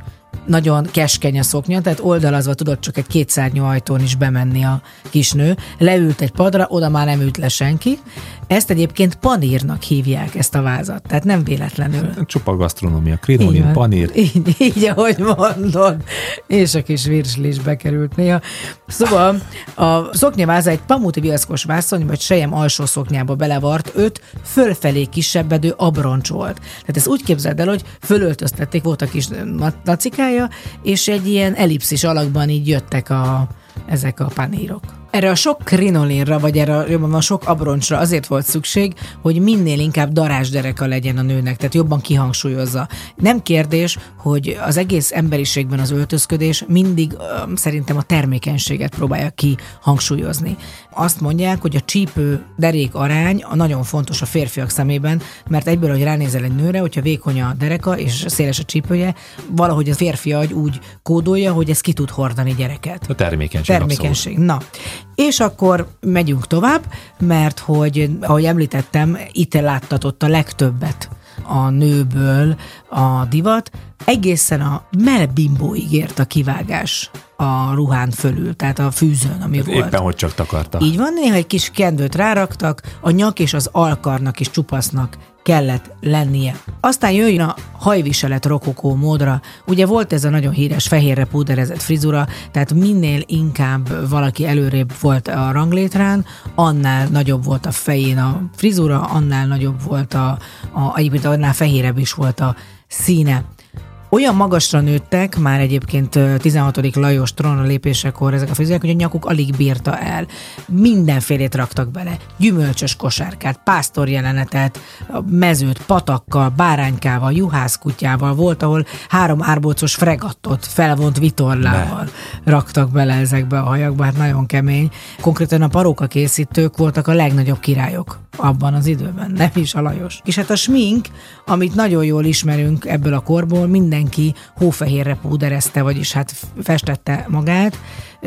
nagyon keskeny a szoknya, tehát oldalazva tudott csak egy kétszárnyú ajtón is bemenni a kisnő. Leült egy padra, oda már nem ült le senki. Ezt egyébként panírnak hívják, ezt a vázat, tehát nem véletlenül. Csupa gasztronómia, krinolin, panír. Így, ahogy mondod. És a kis virsli is bekerült néha. Szóval a szoknyaváza egy pamuti viaszkos vászony, vagy sejem alsó szoknyába belevart 5 fölfelé kisebbedő abroncs volt. Tehát ezt úgy képzeld el, hogy fölöltöztették, volt a kis nacikája, és egy ilyen ellipszis alakban így jöttek ezek a panírok. Erre a sok krinolinra, vagy erre jobban a sok abroncsra azért volt szükség, hogy minél inkább darázsdereka legyen a nőnek, tehát jobban kihangsúlyozza. Nem kérdés, hogy az egész emberiségben az öltözködés mindig szerintem a termékenységet próbálja kihangsúlyozni. Azt mondják, hogy a csípő-derék arány nagyon fontos a férfiak szemében, mert egyből, hogy ránézel egy nőre, hogyha vékony a dereka és széles a csípője, valahogy a férfi agy úgy kódolja, hogy ez ki tud hordani gyereket. A termékenység. Termékenység. Na, és akkor megyünk tovább, mert hogy, ahogy említettem, itt láttatott a legtöbbet a nőből a divat, egészen a melbimbóig ért a kivágás a ruhán fölül, tehát a fűzőn, ami volt. Éppen hogy csak takarta. Így van, néha egy kis kendőt ráraktak, a nyak és az alkarnak is csupasznak kellett lennie. Aztán jöjjön a hajviselet rokokó módra. Ugye volt ez a nagyon híres fehérre púderezett frizura, tehát minél inkább valaki előrébb volt a ranglétrán, annál nagyobb volt a fején a frizura, annál nagyobb volt egyébként annál fehérebb is volt a színe. Olyan magasra nőttek már egyébként 16. Lajos trónra lépésekor ezek a frizurák, hogy a nyakuk alig bírta el. Mindenfélét raktak bele. Gyümölcsös kosárkát, pásztorjelenetet, mezőt, patakkal, báránykával, juhászkutyával. Volt, ahol 3 árbócos fregattot felvont vitorlával raktak bele ezekbe a hajakba. Hát nagyon kemény. Konkrétan a paróka készítők voltak a legnagyobb királyok abban az időben, nem is a Lajos. És hát a smink, amit nagyon jól ismerünk ebből a korból, mindenki hófehérre púderezte, vagyis hát festette magát,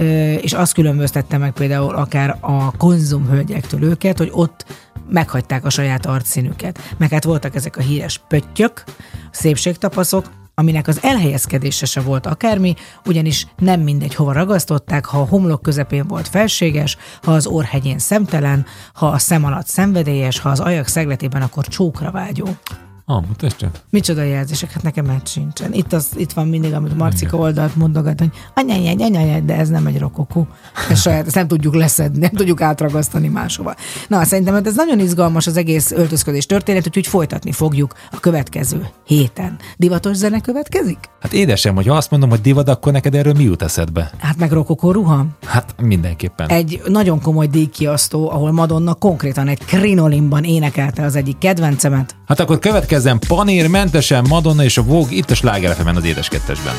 és azt különböztette meg például akár a konzumhölgyektől őket, hogy ott meghagyták a saját arcszínüket. Meg hát voltak ezek a híres pöttyök, szépségtapaszok, aminek az elhelyezkedése se volt akármi, ugyanis nem mindegy hova ragasztották, ha a homlok közepén volt felséges, ha az orrhegyén szemtelen, ha a szem alatt szenvedélyes, ha az ajak szegletében, akkor csókra vágyó. Mutasd csak. Micsoda jelzések, hát nekem hát sincsen. Itt van mindig, amit Marcika oldalt mondogat, hogy anyáj, de ez nem egy rokokó. Ezt nem tudjuk leszedni, nem tudjuk átragasztani máshova. Na, szerintem ez nagyon izgalmas az egész öltözködés történet, úgyhogy folytatni fogjuk a következő héten. Divatos zene következik? Hát édesem, hogy azt mondom, hogy divat, akkor neked erről mi jut eszedbe? Hát meg rokokó ruha? Hát mindenképpen. Egy nagyon komoly díjkiasztó, ahol Madonna konkrétan egy krinolinban énekelte az egyik kedvencemet. Hát akkor következzen panírmentesen Madonna és a Vogue itt a Sláger FM-en az Édes Kettesben.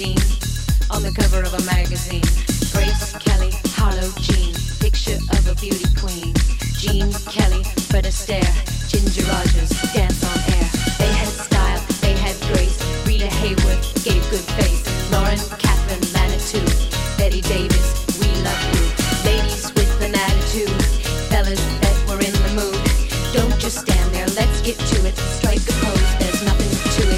scene on the cover of a magazine. Grace Kelly, Harlow Jean, picture of a beauty queen. Jean Kelly, Fred Astaire, Ginger Rogers, dance on air. They had style, they had grace. Rita Hayworth gave good face. Lauren, Catherine, Manitou, Betty Davis, we love you. Ladies with an attitude, fellas that were in the mood. Don't just stand there, let's get to it. Strike a pose, there's nothing to it.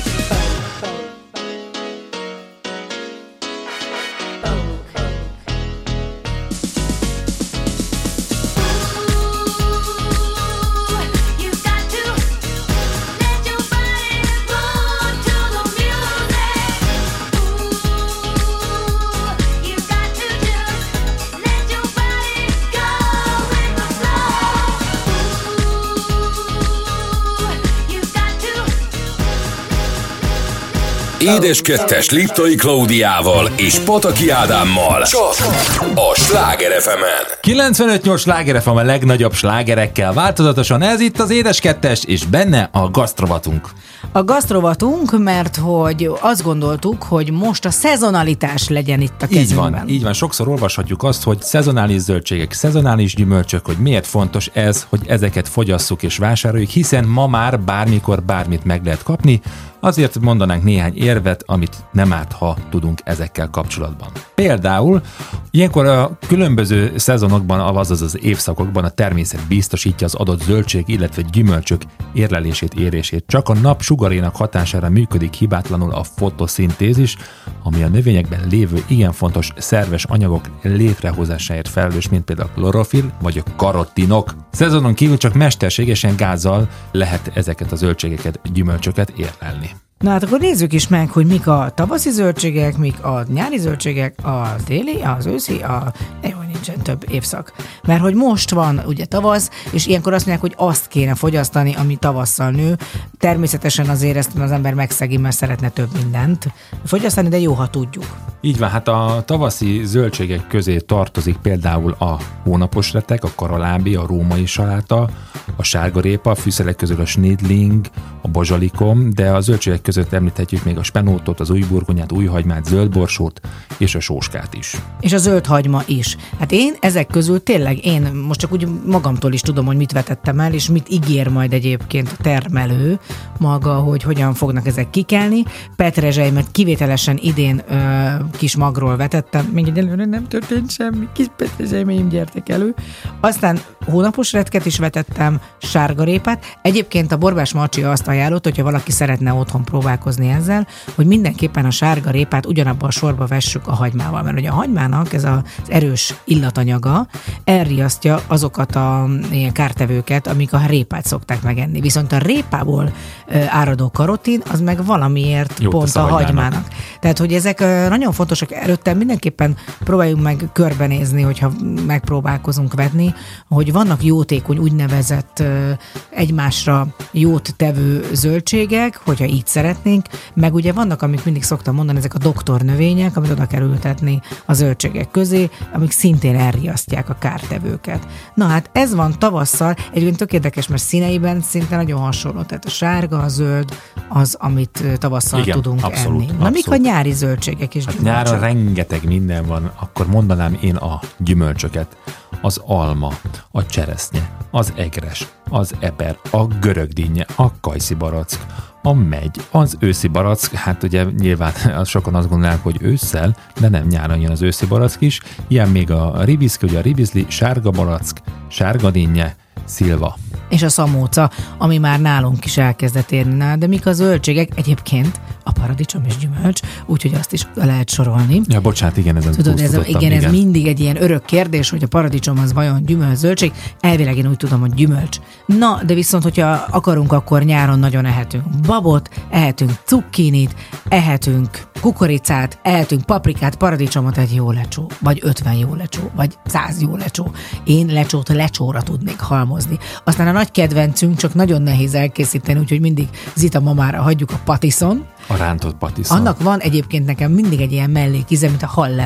Édes Kettes Liptai Klaudiával és Pataki Ádámmal csak a Sláger FM-en. 95-8 Sláger FM a legnagyobb slágerekkel változatosan, ez itt az Édes Kettes, és benne a gasztrovatunk. A gasztrovatunk, mert hogy azt gondoltuk, hogy most a szezonalitás legyen itt a kezünkben. Így van. Sokszor olvashatjuk azt, hogy szezonális zöldségek, szezonális gyümölcsök, hogy miért fontos ez, hogy ezeket fogyasszuk és vásároljuk, hiszen ma már bármikor bármit meg lehet kapni, azért mondanánk néhány érvet, amit nem árt, ha tudunk ezekkel kapcsolatban. Például ilyenkor a különböző szezonokban, azaz az évszakokban a természet biztosítja az adott zöldség, illetve gyümölcsök érlelését, érését. Csak a nap sugarénak hatására működik hibátlanul a fotoszintézis, ami a növényekben lévő igen fontos szerves anyagok létrehozásáért felelős, mint például a klorofil vagy a karotinok. Szezonon kívül csak mesterségesen gázzal lehet ezeket a zöldségeket, gyümölcsöket érlelni. Na hát akkor nézzük is meg, hogy mik a tavaszi zöldségek, mik a nyári zöldségek, a téli, az őszi, jó, nincsen több évszak. Mert hogy most van ugye tavasz, és ilyenkor azt mondják, hogy azt kéne fogyasztani, ami tavasszal nő. Természetesen azért ezt az ember megszegi, mert szeretne több mindent fogyasztani, de jó, ha tudjuk. Így van, hát a tavaszi zöldségek közé tartozik például a hónapos retek, a karalábi, a római saláta, a sárgarépa, a fűszerek közül a snidling, a bazsalikom, de a zöldségek között említhetjük még a spenótot, az újburgonyát, újhagymát, zöldborsót és a sóskát is. És a zöldhagyma is. Hát én ezek közül tényleg, én most csak úgy magamtól is tudom, hogy mit vetettem el, és mit ígér majd egyébként a termelő maga, hogy hogyan fognak ezek kikelni. Petrezselymet kivételesen idén kis magról vetettem, még egyelőre nem történt semmi, kis petrezselymeim gyertek elő. Aztán hónapos retket is vetettem, sárgarépát. Egyébként a Borbás Marcsi azt ajánlott, hogyha valaki szeretne otthon próbálkozni ezzel, hogy mindenképpen a sárgarépát ugyanabban a sorba vessük a hagymával, mert ugye a hagymának ez az erős illatanyaga elriasztja azokat a ilyen kártevőket, amik a répát szokták megenni. Viszont a répából áradó karotin, az meg valamiért jó, pont a hagymának. Tehát, hogy ezek nagyon fontosak, előtte mindenképpen próbáljunk meg körbenézni, hogyha megpróbálkozunk vetni, hogy vannak jótékony, úgynevezett egymásra jót tevő zöldségek, hogyha így szeretnénk, meg ugye vannak, amik mindig szoktam mondani, ezek a doktornövények, amit oda kell ültetni a zöldségek közé, amik szintén elriasztják a kártevőket. Na hát ez van tavasszal, egyébként tök érdekes, mert színeiben szinte nagyon hasonló, tehát a sárga, a zöld az, amit tavasszal igen, tudunk abszolút, enni. Na abszolút. mik a nyári zöldségek és gyümölcsök? Nyáron rengeteg minden van, akkor mondanám én a gyümölcsöket. Az alma, a cseresznye, az egres, az eper, a görögdinnye, a kajszibarack, a megy, az őszi barack, hát ugye nyilván sokan azt gondolják, hogy ősszel, de nem, nyáron jön az őszi barack is. Ilyen még a ribiszki, ugye a ribizli, sárga barack, sárga dinnye, szilva. És a szamóca, ami már nálunk is elkezdett érni. De mik a zöldségek? Egyébként a paradicsom és gyümölcs, úgyhogy azt is lehet sorolni. Ja, bocsánat, igen, ezen tudod, túlszutottam, ez mindig egy ilyen örök kérdés, hogy a paradicsom az vajon gyümölcs, zöldség. Elvileg én úgy tudom, hogy gyümölcs. Na, de viszont, hogyha akarunk, akkor nyáron nagyon ehetünk babot, ehetünk cukkinit, ehetünk kukoricát, ehetünk paprikát, paradicsomot, egy jó lecsó, vagy 50 jó lecsó, vagy 100 jó lecsó. Én lecsót lecsóra tudnék halmozni. Aztán a nagy kedvencünk, csak nagyon nehéz elkészíteni, úgyhogy mindig Zita mamára hagyjuk a patiszon. A rántott patiszon. Annak van egyébként nekem mindig egy ilyen mellékíze, mint a hal lenne.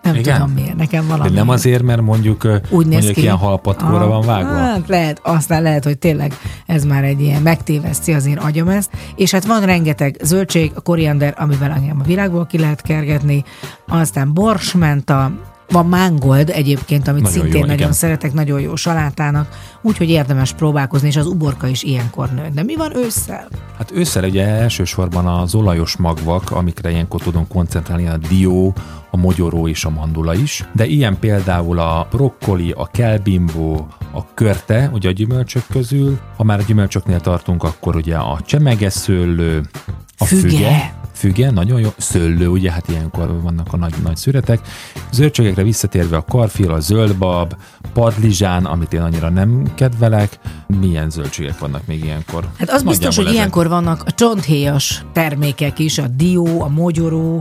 Nem Igen? tudom miért, nekem valami. De nem azért, mert mondjuk ilyen halpatkóra van vágva? Hát lehet, aztán lehet, hogy tényleg ez már egy ilyen megtéveszti az én agyam ezt. És hát van rengeteg zöldség, a koriander, amivel engem a világból ki lehet kergetni, aztán borsmenta, van mángold egyébként, amit Nagyon szintén jó, nagyon igen. szeretek, nagyon jó salátának, úgyhogy érdemes próbálkozni, és az uborka is ilyenkor nő. De mi van ősszel? Hát ősszel ugye elsősorban az olajos magvak, amikre ilyenkor tudunk koncentrálni, a dió, a mogyoró és a mandula is, de ilyen például a brokkoli, a kelbimbó, a körte, ugye a gyümölcsök közül. Ha már a gyümölcsöknél tartunk, akkor ugye a csemegeszőlő, a füge, nagyon jó. Szőlő, ugye, hát ilyenkor vannak a nagy szüretek. Zöldségekre visszatérve a karfil, a zöldbab, padlizsán, amit én annyira nem kedvelek. Milyen zöldségek vannak még ilyenkor? Hát az biztos, hogy ilyenkor vannak a csonthéjas termékek is, a dió, a mogyoró,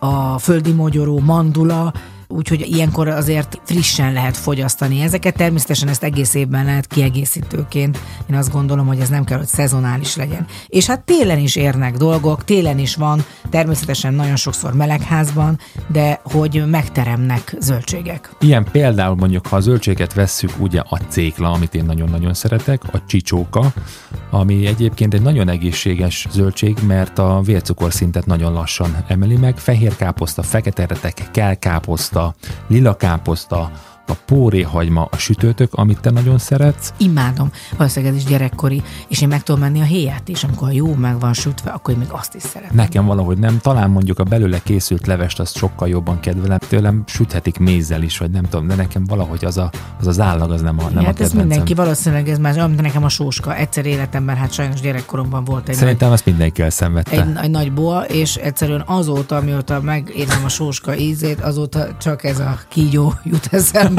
a földi mogyoró, mandula, úgyhogy ilyenkor azért frissen lehet fogyasztani ezeket. Természetesen ezt egész évben lehet kiegészítőként. Én azt gondolom, hogy ez nem kell, hogy szezonális legyen. És hát télen is érnek dolgok, télen is van, természetesen nagyon sokszor melegházban, de hogy megteremnek zöldségek. Ilyen például mondjuk, ha a zöldséget vesszük, ugye a cékla, amit én nagyon-nagyon szeretek, a csicsóka, ami egyébként egy nagyon egészséges zöldség, mert a vércukorszintet nagyon lassan emeli meg. Fehér káposzta, fekete retek, kelkáposzta, lila káposzta, a póréhagyma, a sütőtök, amit te nagyon szeretsz. Imádom, valószínűleg ez is gyerekkori, és én meg tudom menni a héját is, amikor jó meg van sütve, akkor én még azt is szeretem. Nekem valahogy nem, talán mondjuk a belőle készült levest azt sokkal jobban kedvelem, tőlem süthetik mézzel is, vagy nem tudom, de nekem valahogy az az állag, az nem a Hát kedvencem. ez mindenki, valószínűleg ez már, amit nekem a sóska. Egyszer életemben, hát sajnos gyerekkoromban volt egy Szerintem azt mindenki elszenvedte. egy nagy boa, és egyszerűen azóta, mióta megérnem a sóska ízét, azóta csak ez a kígyó jut eszembe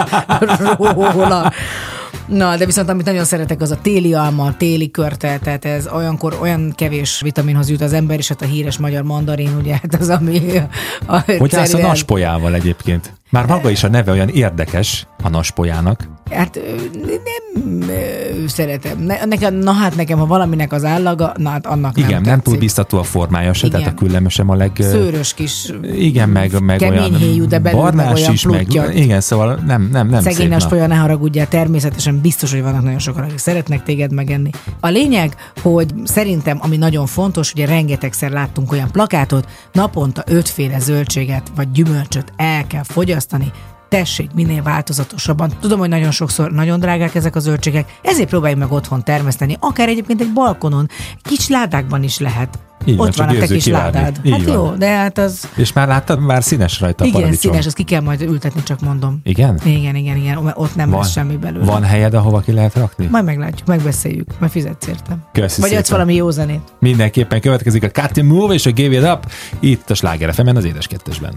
róla. Na, de viszont amit nagyon szeretek, az a téli alma, a téli körte, tehát ez olyankor olyan kevés vitaminhoz jut az ember, és hát a híres magyar mandarin, ugye, hát az, ami... Hogy állsz a naspolyával egyébként? Már maga is a neve olyan érdekes a naspolyának. Hát nem szeretem. Nekem, ha valaminek az állaga, na hát annak Igen, nem nem túl tetszik. biztató a formája se, Igen. tehát a külleme sem a Szőrös kis, igen, meg kemény olyan héjú, de belül meg barnás olyan is, meg pluttyant. igen, szóval nem Szegény szép. nasfolya, ne haragudjál, természetesen biztos, hogy vannak nagyon sokan, akik szeretnek téged megenni. A lényeg, hogy szerintem, ami nagyon fontos, ugye rengetegszer láttunk olyan plakátot, naponta 5 féle zöldséget vagy gyümölcsöt el kell fogyasztani, tessék minél változatosabban. Tudom, hogy nagyon sokszor nagyon drágák ezek a zöldségek, ezért próbáljuk meg otthon termeszteni, akár egyébként egy balkonon, kis ládákban is lehet. Így van, Ott csak van a te győzzük kis kivárni. ládád. Így Hát van. jó, de hát az... És már láttad, már színes rajta a Igen, paradicsom. színes, azt ki kell majd ültetni, csak mondom. Igen? Igen, mert ott nem lesz semmi belőle. Van helyed, ahova ki lehet rakni? Majd meglátjuk, megbeszéljük, majd fizetsz értem. Köszi Vagy szépen. adsz valami jó zenét. Mindenképpen következik a Cut and Move és a Give It Up itt a Sláger FM-en, az Édes Kettesben.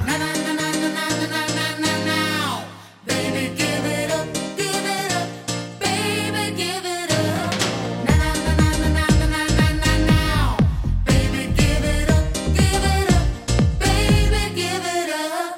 Baby, give it up, baby, give it up. Baby, give it up, baby, give it up.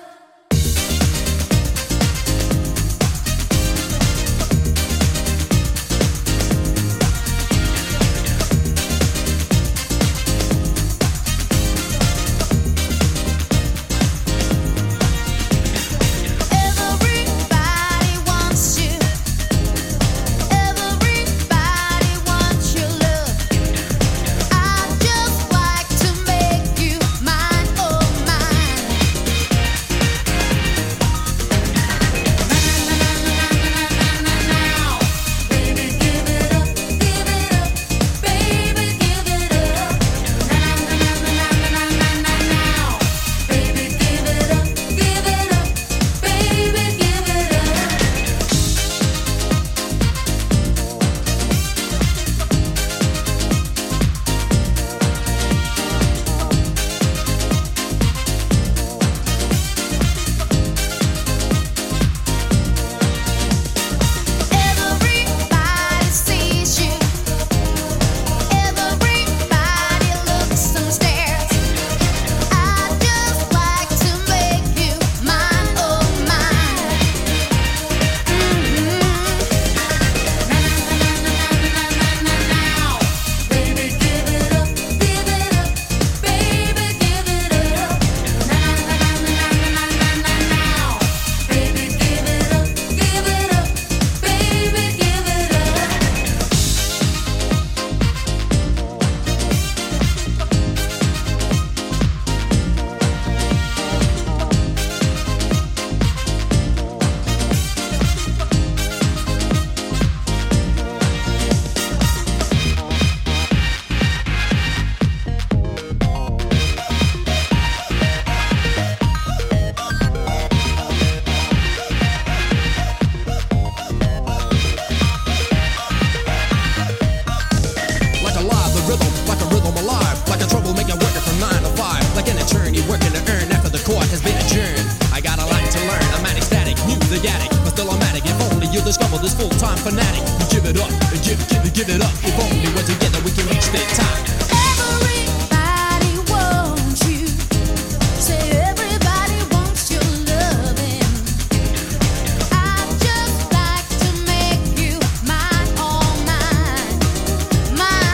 turn. I got a lot to learn. I'm an ecstatic, music addict, but still I'm addict. If only you discover this full-time fanatic. Give it up, give it up. If only we're together, we can reach that top. Everybody wants you. Say everybody wants your loving. I'd just like to make you mine, all mine, mine.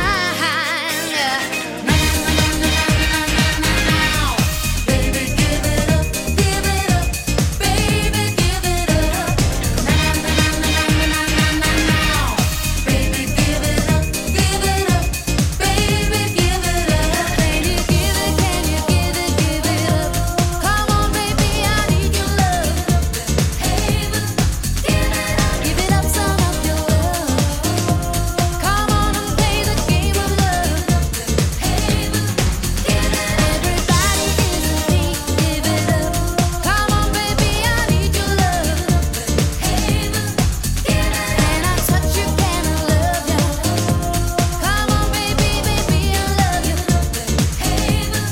Baby, give it up, baby, give it up. Baby, give it up, baby, give it up. Can you give it, can you give it, give it up? Come on, baby, I need your love. Hey, give it up, some of your love. Come on and play the game of love. Hey, everybody is a thief. Give it up. Come on, baby, I need your love. Hey, can I touch you? Can I love you? Come on, baby, baby, I love you. Hey,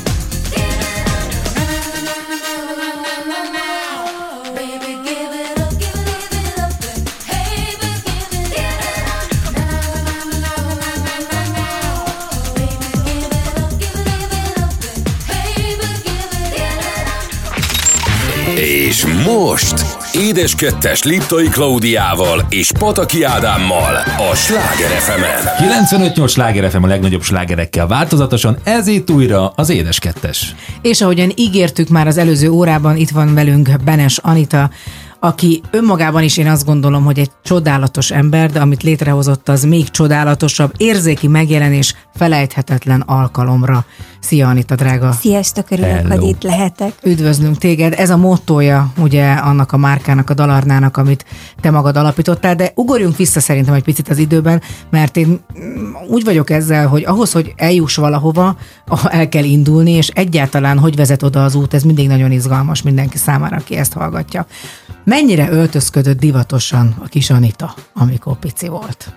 baby, give it up, give it up. Hey, give it up. Baby, give it up. És most Édes Kettes Liptai Klaudiával és Pataki Ádámmal a Sláger FM-en. 95-8 Sláger FM a legnagyobb slágerekkel változatosan, ez itt újra az Édes Kettes. És ahogyan ígértük már az előző órában, itt van velünk Benes Anita, aki önmagában is én azt gondolom, hogy egy csodálatos ember, de amit létrehozott, az még csodálatosabb, érzéki megjelenés felejthetetlen alkalomra. Szia, Anita, drága! Sziasztok, örülök, Hello. hogy itt lehetek. Üdvözlünk téged. Ez a mottója ugye annak a márkának, a Dalarnának, amit te magad alapítottál, de ugorjunk vissza szerintem egy picit az időben, mert én úgy vagyok ezzel, hogy ahhoz, hogy eljuss valahova, el kell indulni, és egyáltalán hogy vezet oda az út, ez mindig nagyon izgalmas mindenki számára, aki ezt hallgatja. Mennyire öltözködött divatosan a kis Anita, amikor pici volt?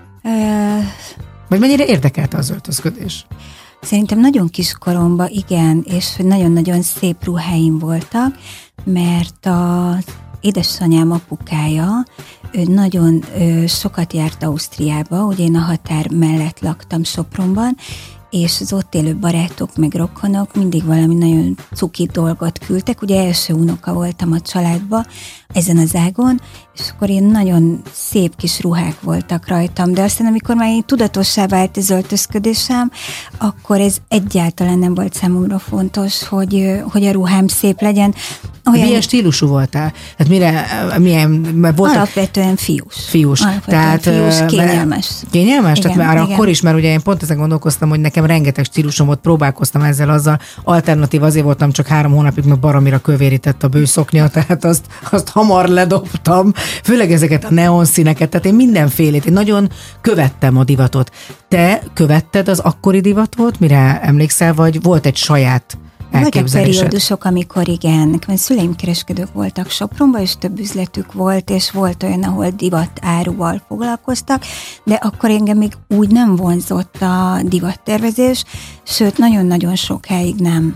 Vagy mennyire érdekelte az öltözködés? Szerintem nagyon kiskoromban igen, és hogy nagyon-nagyon szép ruháim voltak, mert az édesanyám apukája, ő nagyon sokat járt Ausztriába, ugye én a határ mellett laktam Sopronban, és az ott élő barátok meg rokonok mindig valami nagyon cuki dolgot küldtek. Ugye első unoka voltam a családba ezen az ágon, és akkor ilyen nagyon szép kis ruhák voltak rajtam, de aztán amikor már én tudatossá vált az öltözködésem, akkor ez egyáltalán nem volt számomra fontos, hogy a ruhám szép legyen. Milyen stílusú voltál? Tehát milyen volt? Alapvetően fiús. Fiús. Alapvetően fiús, kényelmes. Kényelmes? Igen, Tehát már igen. akkor is, mert ugye én pont ezen gondolkoztam, hogy nekem rengeteg stílusom volt, próbálkoztam ezzel, azzal. Alternatív azért voltam csak 3 hónapig, mert baromira kövérített a bőszoknya, tehát azt hamar ledobtam. Főleg ezeket a neonszíneket, tehát én mindenfélét, én nagyon követtem a divatot. Te követted az akkori divatot, mire emlékszel, vagy volt egy saját Voltak elképzelésed? periódusok, amikor igen, nekem a szüleim kereskedők voltak Sopronban, és több üzletük volt, és volt olyan, ahol divat áruval foglalkoztak, de akkor engem még úgy nem vonzott a divattervezés, sőt, nagyon-nagyon sokáig nem.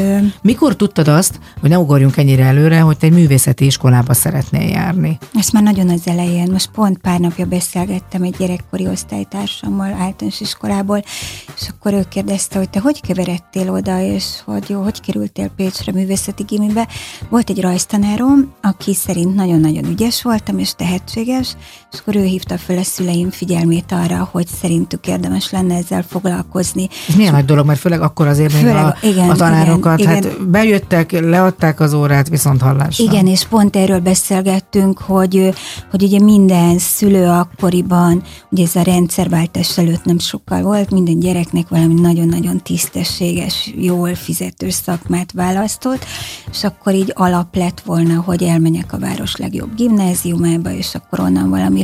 Mikor tudtad azt, hogy ne ugorjunk ennyire előre, hogy te egy művészeti iskolába szeretnél járni? Ezt már nagyon az elején, most pont pár napja beszélgettem egy gyerekkori osztálytársammal általános iskolából, és akkor ő kérdezte, hogy te hogy keveredtél oda, és hogy kerültél Pécsre művészeti gimibe. Volt egy rajztanárom, aki szerint nagyon-nagyon ügyes voltam, és tehetséges, és akkor ő hívta fel a szüleim figyelmét arra, hogy szerintük érdemes lenne ezzel foglalkozni. Ez milyen nagy dolog, mert főleg akkor azért még a tanárokat, igen. hát bejöttek, leadták az órát, viszont hallásra. Igen, és pont erről beszélgettünk, hogy ugye minden szülő akkoriban, ugye ez a rendszerváltás előtt nem sokkal volt, minden gyereknek valami nagyon-nagyon tisztességes, jól fizető szakmát választott, és akkor így alap lett volna, hogy elmenjek a város legjobb gimnáziumába, és akkor onnan valami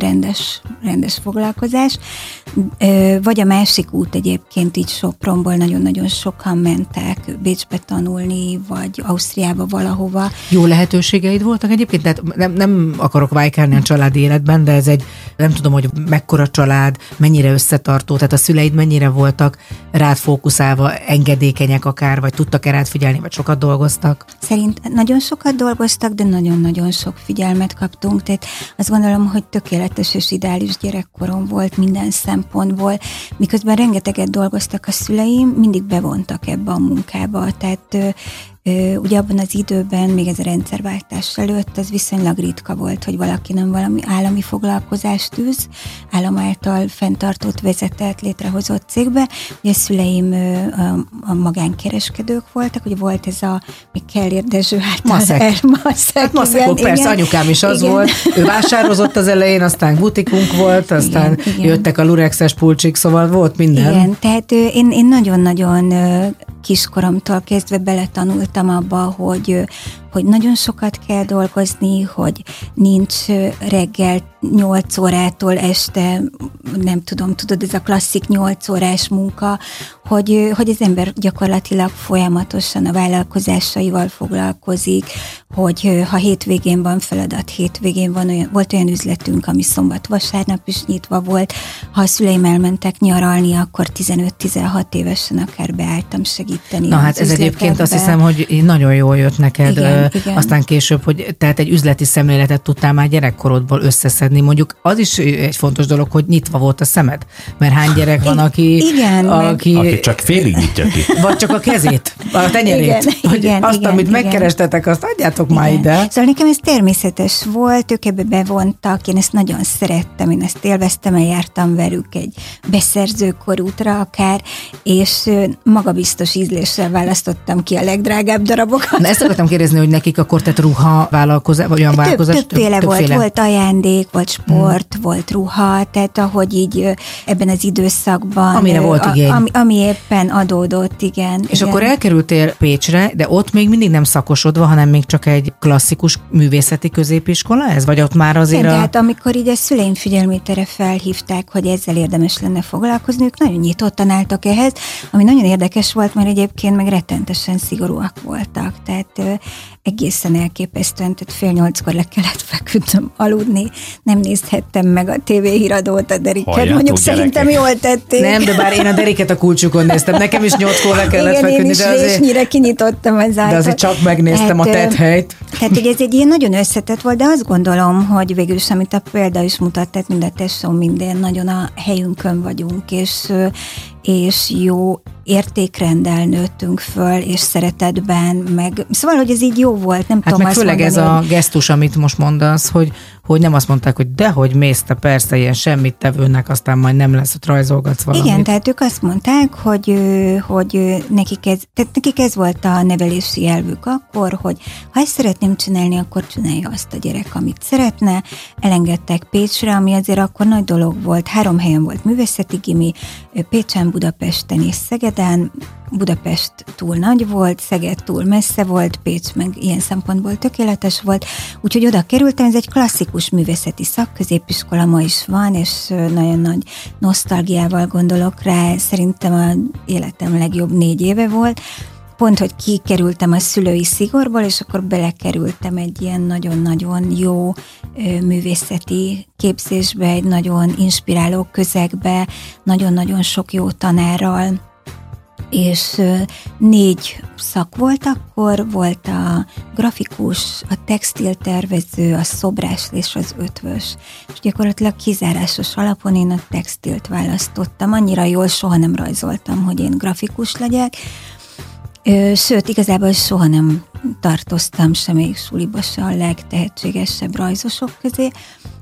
rendes foglalkozás. Vagy a másik út egyébként így Sopronból nagyon-nagyon sokan mentek Bécsbe tanulni, vagy Ausztriába valahova. Jó lehetőségeid voltak egyébként? Tehát nem akarok vájkálni a családi életben, de ez egy, nem tudom, hogy mekkora család, mennyire összetartó, tehát a szüleid mennyire voltak rád fókuszálva, engedékenyek akár, vagy tudtak-e rád figyelni, vagy sokat dolgoztak? Szerint nagyon sokat dolgoztak, de nagyon-nagyon sok figyelmet kaptunk, tehát azt gondolom, hogy tökéletes és ideális gyerekkorom volt minden szempontból, miközben rengeteget dolgoztak a szüleim, mindig bevontak ebbe a munkába, tehát ugye abban az időben, még ez a rendszerváltás előtt, az viszonylag ritka volt, hogy valaki nem valami állami foglalkozást űz, állam által fenntartott, vezetett, létrehozott cégbe. Ugye a szüleim a magánkereskedők voltak, ugye volt ez a még Kellér Dezső által Maszekok, persze, anyukám is az volt. Ő vásározott az elején, aztán butikunk volt, aztán jöttek a lurexes pulcsik, szóval volt minden. Igen, tehát én nagyon-nagyon kiskoromtól kezdve beletanultam abba, hogy nagyon sokat kell dolgozni, hogy nincs reggel 8 órától este, nem tudom, tudod, ez a klasszik 8 órás munka, hogy az ember gyakorlatilag folyamatosan a vállalkozásaival foglalkozik, hogy ha hétvégén van feladat, hétvégén volt olyan üzletünk, ami szombat-vasárnap is nyitva volt, ha a szüleim elmentek nyaralni, akkor 15-16 évesen akár beálltam segíteni. Na hát ez egyébként azt hiszem, hogy nagyon jól jött neked. Igen. Aztán később, hogy tehát egy üzleti szemléletet tudtál már gyerekkorodból összeszedni. Mondjuk az is egy fontos dolog, hogy nyitva volt a szemed. Mert hány gyerek van, aki csak félig nyitja ki. Vagy csak a kezét, a tenyerét. Igen, amit megkerestetek, azt adjátok már ide. Szóval nekem ez természetes volt, ők ebbe bevontak, én ezt nagyon szerettem, én ezt élveztem, eljártam velük egy beszerzőkorútra akár, és magabiztos ízléssel választottam ki a legdrágább darabokat. Na, ezt akartam kérdezni, hogy nekik akkor tehát ruha vállalkozás, vagy olyan vállalkozás? Többféle volt ajándék, volt sport, volt ruha, tehát ahogy így ebben az időszakban. Amire volt igény. Ami éppen adódott, igen. És igen. akkor elkerültél Pécsre, de ott még mindig nem szakosodva, hanem még csak egy klasszikus művészeti középiskola ez? Vagy ott már azért igen, tehát amikor így a szüleim figyelmét erre felhívták, hogy ezzel érdemes lenne foglalkozni, ők nagyon nyitottan álltak ehhez, ami nagyon érdekes volt, mert egyébként meg rettentesen szigorúak voltak. Tehát egészen elképesztően, tehát 7:30 le kellett feküdnöm aludni, nem nézhettem meg a tévéhíradót, a Deriket, Halljátok, mondjuk gyerekek. szerintem jól tették. Nem, de bár én a Deriket a kulcsukon néztem, nekem is 8-kor le kellett igen, feküdni, én is de azért, résnyire kinyitottam az ajtót. de azért csak megnéztem a tetthelyt. Tehát, hogy ez egy ilyen nagyon összetett volt, de azt gondolom, hogy végül is, amit a példa is mutat, tehát mind a tesóm, minden nagyon a helyünkön vagyunk, és jó értékrendel nőttünk föl, és szeretetben, meg szóval, hogy ez így jó volt, nem Hát tudom meg azt főleg mondani, ez a gesztus, amit most mondasz, hogy nem azt mondták, hogy dehogy mész te persze ilyen semmit tevőnek, aztán majd nem lesz, ott rajzolgatsz valamit. Igen, tehát ők azt mondták, hogy nekik ez volt a nevelési elvük akkor, hogy ha ezt szeretném csinálni, akkor csinálja azt a gyerek, amit szeretne. Elengedtek Pécsre, ami azért akkor nagy dolog volt. 3 helyen volt művészeti gimi, Pécsen, Budapesten és Szegeden. Budapest túl nagy volt, Szeged túl messze volt, Pécs meg ilyen szempontból tökéletes volt, úgyhogy oda kerültem, ez egy klasszikus művészeti szakközépiskola, ma is van, és nagyon nagy nosztalgiával gondolok rá, szerintem az életem legjobb 4 éve volt, pont, hogy kikerültem a szülői szigorból, és akkor belekerültem egy ilyen nagyon-nagyon jó művészeti képzésbe, egy nagyon inspiráló közegbe, nagyon-nagyon sok jó tanárral, és 4 szak volt akkor, volt a grafikus, a textiltervező, a szobrász és az ötvös. És gyakorlatilag kizárásos alapon én a textilt választottam. Annyira jól soha nem rajzoltam, hogy én grafikus legyek. Sőt, igazából soha nem tartoztam semmelyik suliba se a legtehetségesebb rajzosok közé,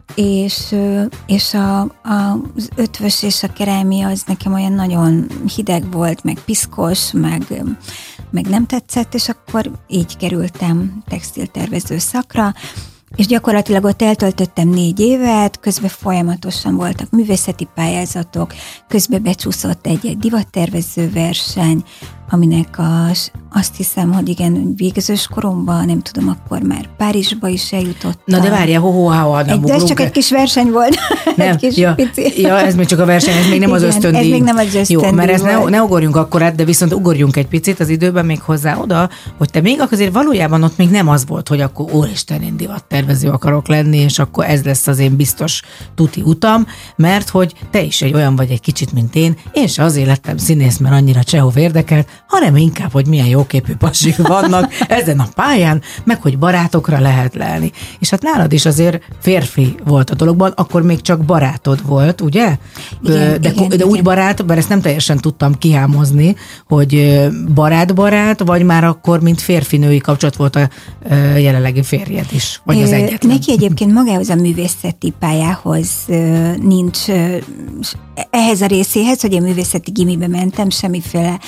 és az ötvös és a kerámia az nekem olyan nagyon hideg volt, meg piszkos, meg nem tetszett, és akkor így kerültem textiltervező szakra, és gyakorlatilag ott eltöltöttem 4 évet, közben folyamatosan voltak művészeti pályázatok, közben becsúszott egy divattervező verseny, aminek azt hiszem, hogy igen, végezős koromban, nem tudom, akkor már Párizsba is eljutottam. Na de várjál, ez csak egy kis verseny volt. Nem, egy kis pici. ez még csak a verseny, ez még nem az Igen, ösztöndíj. ez még nem az ösztöndíj Jó, mert volt. ne ugorjunk akkor át, de viszont ugorjunk egy picit az időben még hozzá oda, hogy te még azért valójában ott még nem az volt, hogy akkor úristen, én divattervező akarok lenni, és akkor ez lesz az én biztos tuti utam, mert hogy te is egy olyan vagy egy kicsit, mint én se azért lettem színész, mert annyira Csehov érdekelt, hanem inkább, hogy milyen jóképű pasik vannak ezen a pályán, meg hogy barátokra lehet lelni. És hát nálad is azért férfi volt a dologban, akkor még csak barátod volt, ugye? Igen, De úgy barát, mert ezt nem teljesen tudtam kihámozni, hogy barát, vagy már akkor, mint férfi-női kapcsolat volt a jelenlegi férjed is, vagy az egyetlen. Neki egyébként magához a művészeti pályához nincs, ehhez a részéhez, hogy én művészeti gimibe mentem, semmiféle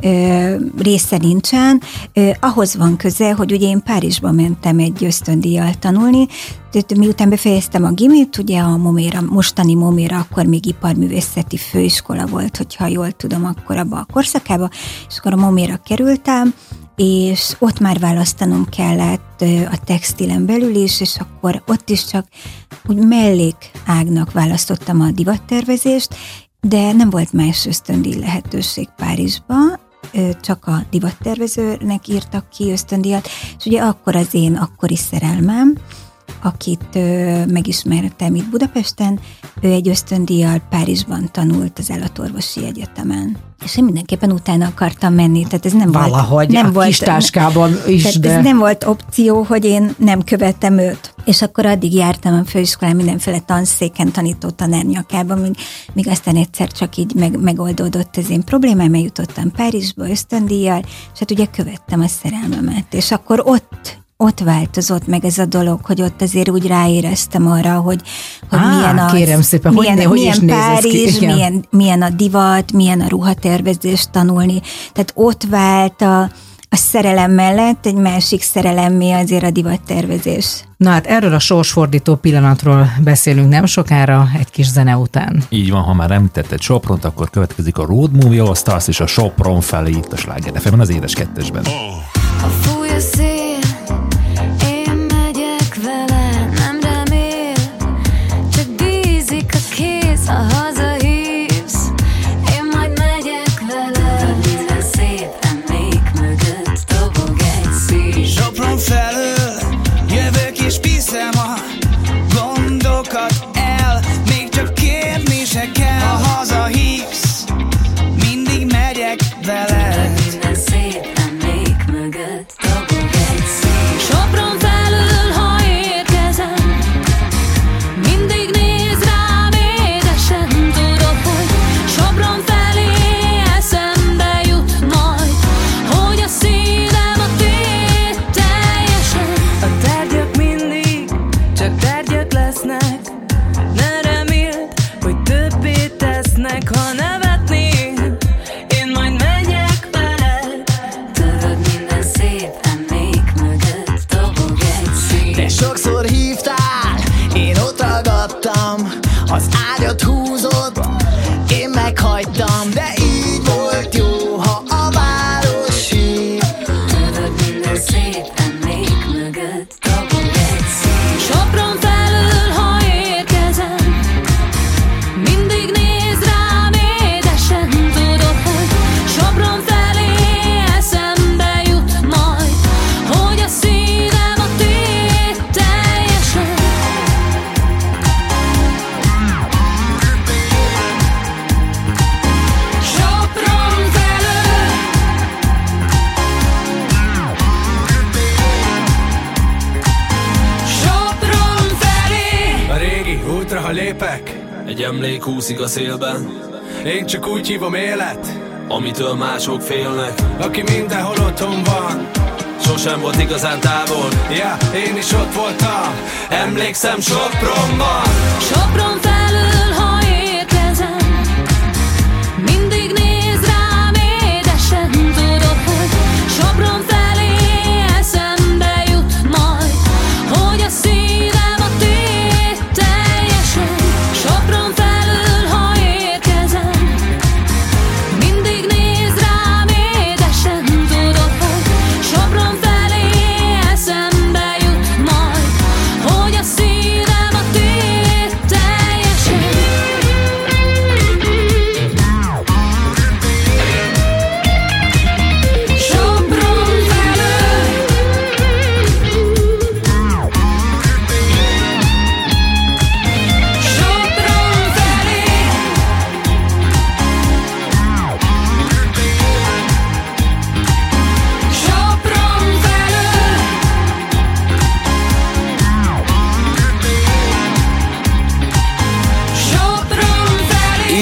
része nincsen. Ahhoz van köze, hogy ugye én Párizsba mentem egy ösztöndíjjal tanulni, tehát miután befejeztem a gimit, ugye a Moméra, mostani Moméra, akkor még iparművészeti főiskola volt, hogyha jól tudom, akkor abba a korszakába, és akkor a Moméra kerültem, és ott már választanom kellett a textilen belül is, és akkor ott is csak úgy mellékágnak választottam a divattervezést, de nem volt más ösztöndíj lehetőség Párizsba, csak a divattervezőnek írtak ki ösztöndíjat, és ugye akkor az én akkori szerelmem, akit megismertem itt Budapesten, ő egy ösztöndíjjal Párizsban tanult az Állatorvosi Egyetemen. És én mindenképpen utána akartam menni, tehát ez nem valahogy volt... a kis táskában is, de... Ez nem volt opció, hogy én nem követem őt. És akkor addig jártam a főiskolán mindenféle tanszéken, tanító tanárnyakában, míg aztán egyszer csak így megoldódott az én problémám, eljutottam Párizsba ösztöndíjjal, és hát ugye követtem a szerelmemet. És akkor ott változott meg ez a dolog, hogy ott azért úgy ráéreztem arra, hogy milyen az... Kérem szépen, milyen Párizs, milyen a divat, milyen a ruhatervezést tanulni. Tehát ott vált a szerelem mellett egy másik szerelemmé azért a divattervezés. Na hát erről a sorsfordító pillanatról beszélünk nem sokára, egy kis zene után. Így van, ha már említetted Sopront, akkor következik a Road Movie All Stars és a Sopron felé itt a Sláger FM-en, az Édes Kettesben. A fúj a szél, én megyek vele, nem remél, csak bízik a kéz, ha hazahívsz, én majd megyek vele. Minden szép emlék mögött dobog egy szív. Sopron felől jövök és viszem a gondokat el, még csak kérni se kell. Ha hazahívsz, mindig megyek veled. Minden szép emlék mögött dobog egy szív. Sopron felül, ha érkezem, mindig néz rám édesen, tudod, hogy Sopron felé eszembe jut majd, hogy a szívem a tiéd teljesen. A tárgyak mindig csak tárgyak lesznek, ne reméld, hogy többé tesznek, ha nevetnél, én majd megyek veled. Tudod, minden szép emlék mögött dobog egy szív. De sokszor hívtál, én ott ragadtam, az ágyat húzott, én meghagytam, de így volt jó, ha a város hív. Tudod, minden szép emlék mögött dobog egy szív. Sopron felül, ha érkezem, mindig néz rám édesen, tudod, hogy Sopron felé eszembe jut majd, hogy a szívem a tiéd teljesen. Sopron felől, Sopron felé. A régi útra, ha lépek, egy emlék úszik a szélben. Én csak úgy hívom élet, amitől mások félnek. aki mindenhol otthon van. Sosem volt igazán távol. Ja, én is ott voltam, Emlékszem Sopronban. Sopron felül, ha érkezem, mindig néz rám édesen, tudod, hogy Sopron felé eszembe jut majd, hogy a szívem a tiéd teljesen. Sopron felül, ha érkezem, mindig néz rám édesen,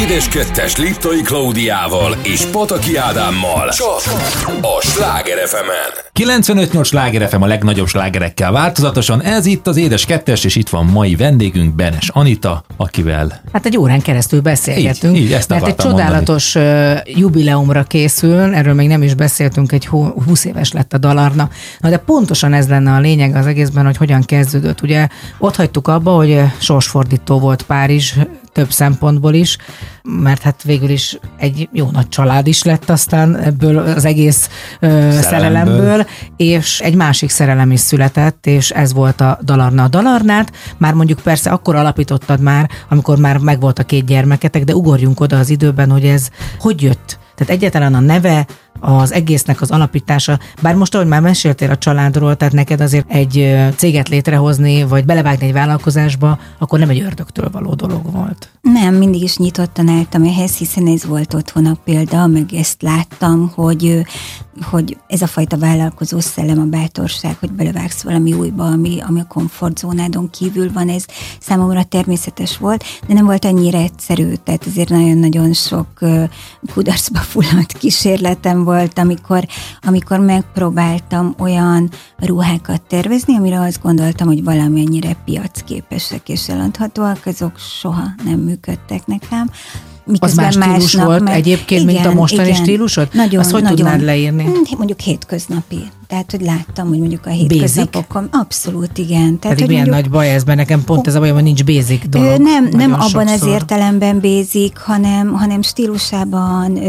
Édes Kettes Liptai Klaudiával és Pataki Ádámmal csak a Sláger FM-en. 95-8 Sláger FM a legnagyobb slágerekkel változatosan. Ez itt az Édes Kettes, és itt van mai vendégünk, Benes Anita, akivel... Hát egy órán keresztül beszélgetünk, így, ezt mert egy akartam csodálatos jubileumra készül, erről még nem is beszéltünk, egy 20 éves lett a Dalarna. Na de pontosan ez lenne a lényeg az egészben, hogy hogyan kezdődött. Ugye ott hagytuk abba, hogy sorsfordító volt Párizs, több szempontból is, mert hát végül is egy jó nagy család is lett aztán ebből az egész szerelemből, és egy másik szerelem is született, és ez volt a Dalarna. A Dalarnát már mondjuk persze akkor alapítottad már, amikor már megvolt a 2 gyermeketek, de ugorjunk oda az időben, hogy ez hogy jött? Tehát egyáltalán a neve, az egésznek az alapítása, bár most, ahogy már meséltél a családról, tehát neked azért egy céget létrehozni, vagy belevágni egy vállalkozásba, akkor nem egy ördögtől való dolog volt. Nem, mindig is nyitottan álltam ehhez, hiszen ez volt otthon a példa, meg ezt láttam, hogy ez a fajta vállalkozó szellem, a bátorság, hogy belevágsz valami újba, ami a komfortzónádon kívül van, ez számomra természetes volt, de nem volt annyira egyszerű, tehát azért nagyon-nagyon sok kudarcba fulladt kísérletem volt, amikor megpróbáltam olyan ruhákat tervezni, amire azt gondoltam, hogy valamennyire piacképesek és eladhatóak, azok soha nem működtek nekem. Az más stílus volt egyébként, igen, mint a mostani stílusod? Nagyon, azt hogy tudnád leírni? Mondjuk hétköznapi. Tehát, hogy láttam, hogy mondjuk a hétköznapokon... Abszolút, igen. Tehát, pedig milyen mondjuk, nagy baj ez, mert nekem pont ez a baj, hogy nincs basic dolog. Nem abban az értelemben basic, hanem stílusában,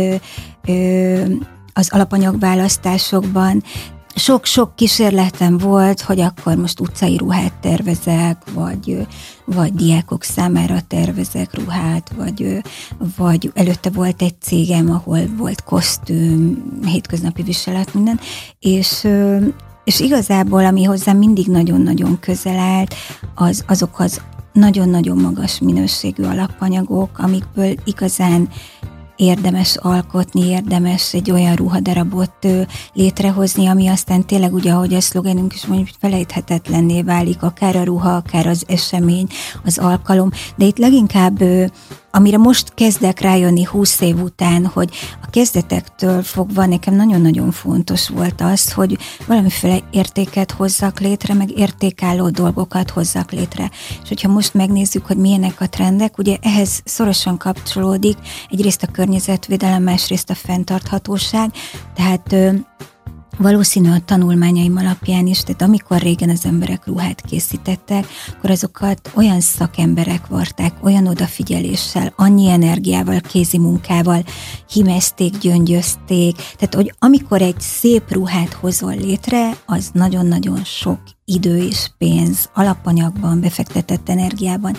az alapanyagválasztásokban. Sok-sok kísérletem volt, hogy akkor most utcai ruhát tervezek, vagy diákok számára tervezek ruhát, vagy előtte volt egy cégem, ahol volt kosztüm, hétköznapi viselet, minden, és igazából, ami hozzám mindig nagyon-nagyon közel állt, azok az nagyon-nagyon magas minőségű alapanyagok, amikből igazán érdemes alkotni, érdemes egy olyan ruhadarabot létrehozni, ami aztán tényleg ugye, ahogy a szlogenünk is mondjuk, felejthetetlenné válik, akár a ruha, akár az esemény, az alkalom, de itt leginkább amire most kezdek rájönni 20 év után, hogy a kezdetektől fogva nekem nagyon-nagyon fontos volt az, hogy valamiféle értéket hozzak létre, meg értékálló dolgokat hozzak létre. És hogyha most megnézzük, hogy milyenek a trendek, ugye ehhez szorosan kapcsolódik egyrészt a környezetvédelem, másrészt a fenntarthatóság, tehát valószínű a tanulmányaim alapján is, tehát amikor régen az emberek ruhát készítettek, akkor azokat olyan szakemberek varták, olyan odafigyeléssel, annyi energiával, kézi munkával hímezték, gyöngyözték, tehát hogy amikor egy szép ruhát hozol létre, az nagyon-nagyon sok idő és pénz, alapanyagban, befektetett energiában.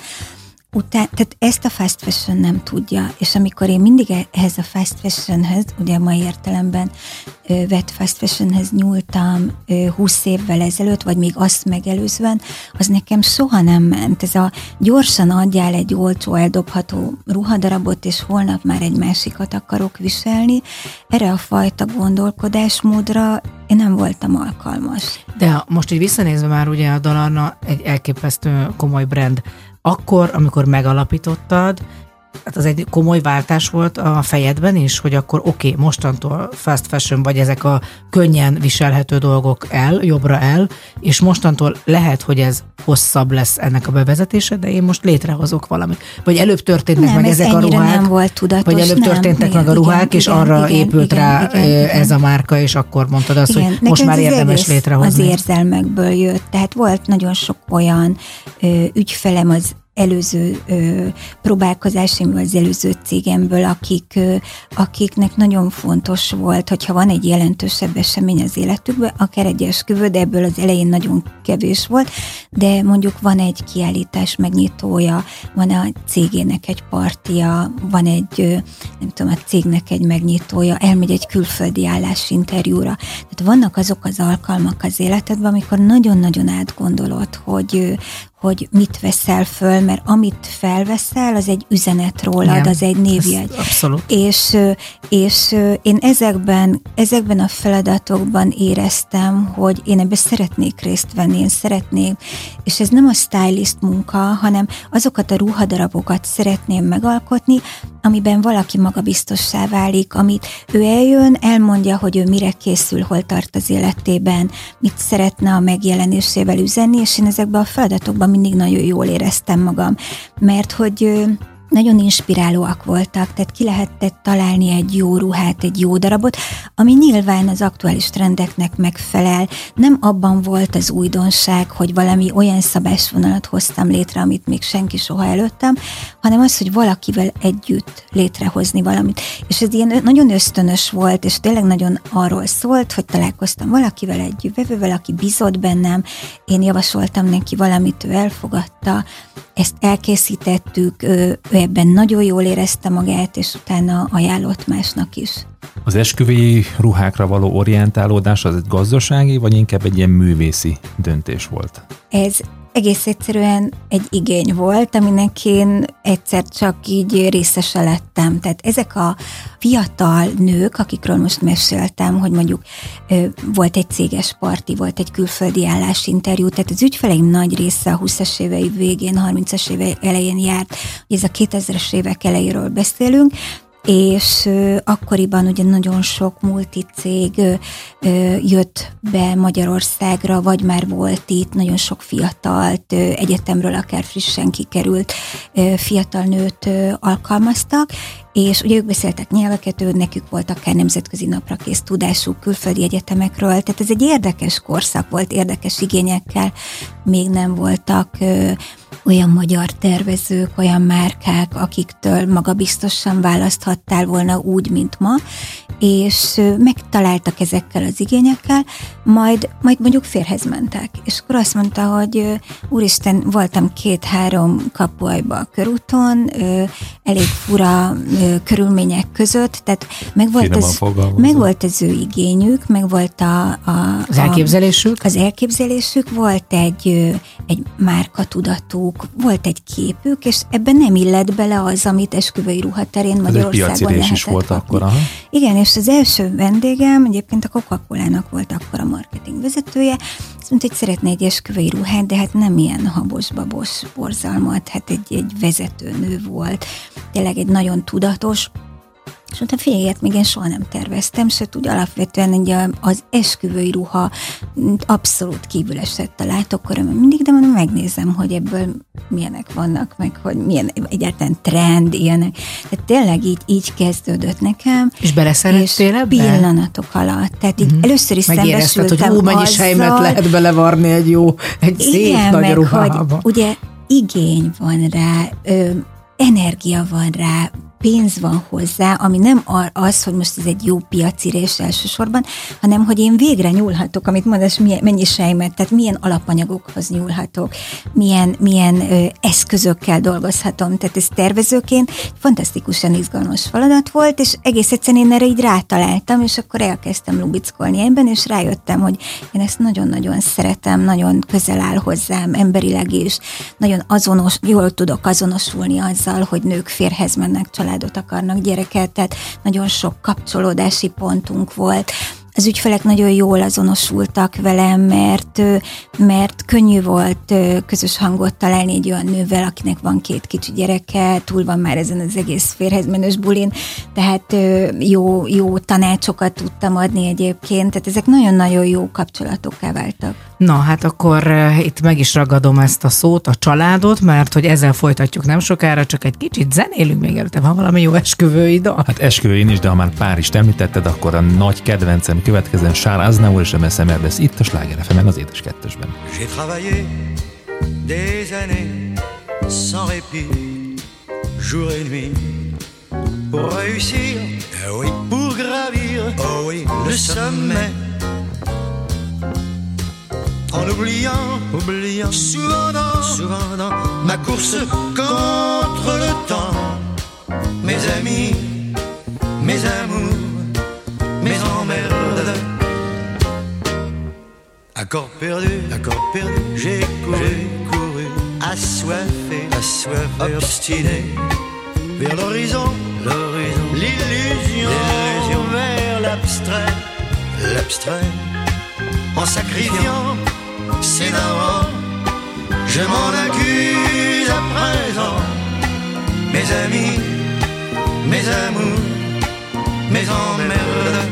Tehát ezt a fast fashion nem tudja, és amikor én mindig ehhez a fast fashionhez, ugye a mai értelemben vett fast fashionhez nyúltam 20 évvel ezelőtt, vagy még azt megelőzően, az nekem soha nem ment. Ez a gyorsan adjál egy olcsó, eldobható ruhadarabot, és holnap már egy másikat akarok viselni. Erre a fajta gondolkodásmódra én nem voltam alkalmas. De most így visszanézve már ugye a Dalarna egy elképesztő komoly brand. Akkor, amikor megalapítottad, hát az egy komoly váltás volt a fejedben is, hogy akkor oké, mostantól fast fashion, vagy ezek a könnyen viselhető dolgok jobbra el, és mostantól lehet, hogy ez hosszabb lesz ennek a bevezetése, de én most létrehozok valamit. Vagy előbb történtek meg ezek a ruhák, nem volt tudatos, vagy előbb történtek meg a ruhák, és arra épült rá ez a márka, és akkor mondtad azt, hogy most már érdemes létrehozni. Az érzelmekből jött, tehát volt nagyon sok olyan ügyfelem az előző próbálkozásimból, az előző cégemből, akiknek nagyon fontos volt, hogyha van egy jelentősebb esemény az életükben, akár egy esküvő, de ebből az elején nagyon kevés volt, de mondjuk van egy kiállítás megnyitója, van a cégének egy partia, van egy, nem tudom, a cégnek egy megnyitója, elmegy egy külföldi állásinterjúra. Tehát vannak azok az alkalmak az életedben, amikor nagyon-nagyon átgondolod, hogy mit veszel föl, mert amit felveszel, az egy üzenet rólad, igen, az egy névjegy. Abszolút. És én ezekben a feladatokban éreztem, hogy én ebbe szeretnék részt venni, én szeretném, és ez nem a stylist munka, hanem azokat a ruhadarabokat szeretném megalkotni, amiben valaki magabiztossá válik, amit ő eljön, elmondja, hogy ő mire készül, hol tart az életében, mit szeretne a megjelenésével üzenni, és én ezekben a feladatokban mindig nagyon jól éreztem magam, mert hogy nagyon inspirálóak voltak, tehát ki lehetett találni egy jó ruhát, egy jó darabot, ami nyilván az aktuális trendeknek megfelel. Nem abban volt az újdonság, hogy valami olyan szabásvonalat hoztam létre, amit még senki soha előttem, hanem az, hogy valakivel együtt létrehozni valamit. És ez ilyen nagyon ösztönös volt, és tényleg nagyon arról szólt, hogy találkoztam valakivel együtt, vevővel, aki bízott bennem, én javasoltam neki valamit, ő elfogadta, ezt elkészítettük, ő ebben nagyon jól érezte magát, és utána ajánlott másnak is. Az esküvői ruhákra való orientálódás az egy gazdasági, vagy inkább egy ilyen művészi döntés volt? Ez egész egyszerűen egy igény volt, aminek én egyszer csak így részese lettem. Tehát ezek a fiatal nők, akikről most meséltem, hogy mondjuk volt egy céges parti, volt egy külföldi állásinterjú, tehát az ügyfeleim nagy része a 20-as évei végén, 30-as évei elején járt, ez a 2000-es évek elejéről beszélünk, és akkoriban ugye nagyon sok multicég jött be Magyarországra, vagy már volt itt, nagyon sok fiatalt, egyetemről akár frissen kikerült fiatal nőt alkalmaztak, és ugye ők beszéltek nyelveket, nekük volt akár nemzetközi naprakész tudásuk külföldi egyetemekről, tehát ez egy érdekes korszak volt, érdekes igényekkel, még nem voltak olyan magyar tervezők, olyan márkák, akiktől magabiztosan választhattál volna úgy, mint ma, és megtaláltak ezekkel az igényekkel, majd mondjuk férhez mentek. És akkor azt mondta, hogy úristen, voltam 2-3 kapuajba a körúton, elég fura körülmények között, tehát megvolt az ő igényük, megvolt az elképzelésük. Az elképzelésük, volt egy márkatudatuk, volt egy képük, és ebben nem illett bele az, amit esküvői ruhaterén Magyarországon lehetett is volt kapni. akkor, aha. Igen, és az első vendégem egyébként a Coca-Colának volt akkor a marketing vezetője, azt mondta, hogy szeretne egy esküvői ruhát, de hát nem ilyen habos-babos borzalmat, hát egy vezetőnő volt, tényleg egy nagyon tudatos, és mondtam, figyelj, hát még én soha nem terveztem, sőt úgy alapvetően ugye az esküvői ruha abszolút kívül esett a látókörömön mindig, de mondom, megnézem, hogy ebből milyenek vannak, meg hogy milyen egyáltalán trend, ilyenek. Tehát tényleg így kezdődött nekem. És beleszerettél ebbe? Pillanatok alatt. Tehát így először is megérezted, szembesültem hogy mennyi sejmet lehet belevarni egy szép igen, nagy meg, ruhába. hogy ugye igény van rá, energia van rá, pénz van hozzá, ami nem az, hogy most ez egy jó piacirés elsősorban, hanem hogy én végre nyúlhatok, amit mondasz, mennyi sejmet, tehát milyen alapanyagokhoz nyúlhatok, milyen eszközökkel dolgozhatom. Tehát ez tervezőként fantasztikusan izgalmas feladat volt, és egész egyszerűen én erre így rátaláltam, és akkor elkezdtem lubickolni ebben, és rájöttem, hogy én ezt nagyon-nagyon szeretem, nagyon közel áll hozzám emberileg is, nagyon jól tudok azonosulni azzal, hogy nők férhez mennek, családot akarnak, gyereket, tehát nagyon sok kapcsolódási pontunk volt. Az ügyfelek nagyon jól azonosultak velem, mert könnyű volt közös hangot találni egy olyan nővel, akinek van 2 kicsi gyereke, túl van már ezen az egész férhezmenős bulin, tehát jó tanácsokat tudtam adni egyébként, tehát ezek nagyon-nagyon jó kapcsolatokká váltak. Na, hát akkor itt meg is ragadom ezt a szót, a családot, mert hogy ezzel folytatjuk nem sokára, csak egy kicsit zenélünk még előtte, ha valami jó esküvői dal. Hát esküvőin is, de ha már Párizst említetted, akkor a nagy kedvencem következően Charles Aznavour és Emese Merdesz itt a Sláger FM-en az Édes Kettősben. J'ai travaillé des années sans répit, jour et nuit, pour réussir, oui, pour gravir, oh oui, le sommet. En oubliant souvent dans ma course contre le temps, mes amis, mes amours, mes emmerdes. Accord perdu, j'ai couru, assoiffé, obstiné, vers l'horizon, l'illusion, vers l'abstrait, en sacrifiant ses darons, je m'en accuse à présent, mes amis, mes amours, mes emmerdes.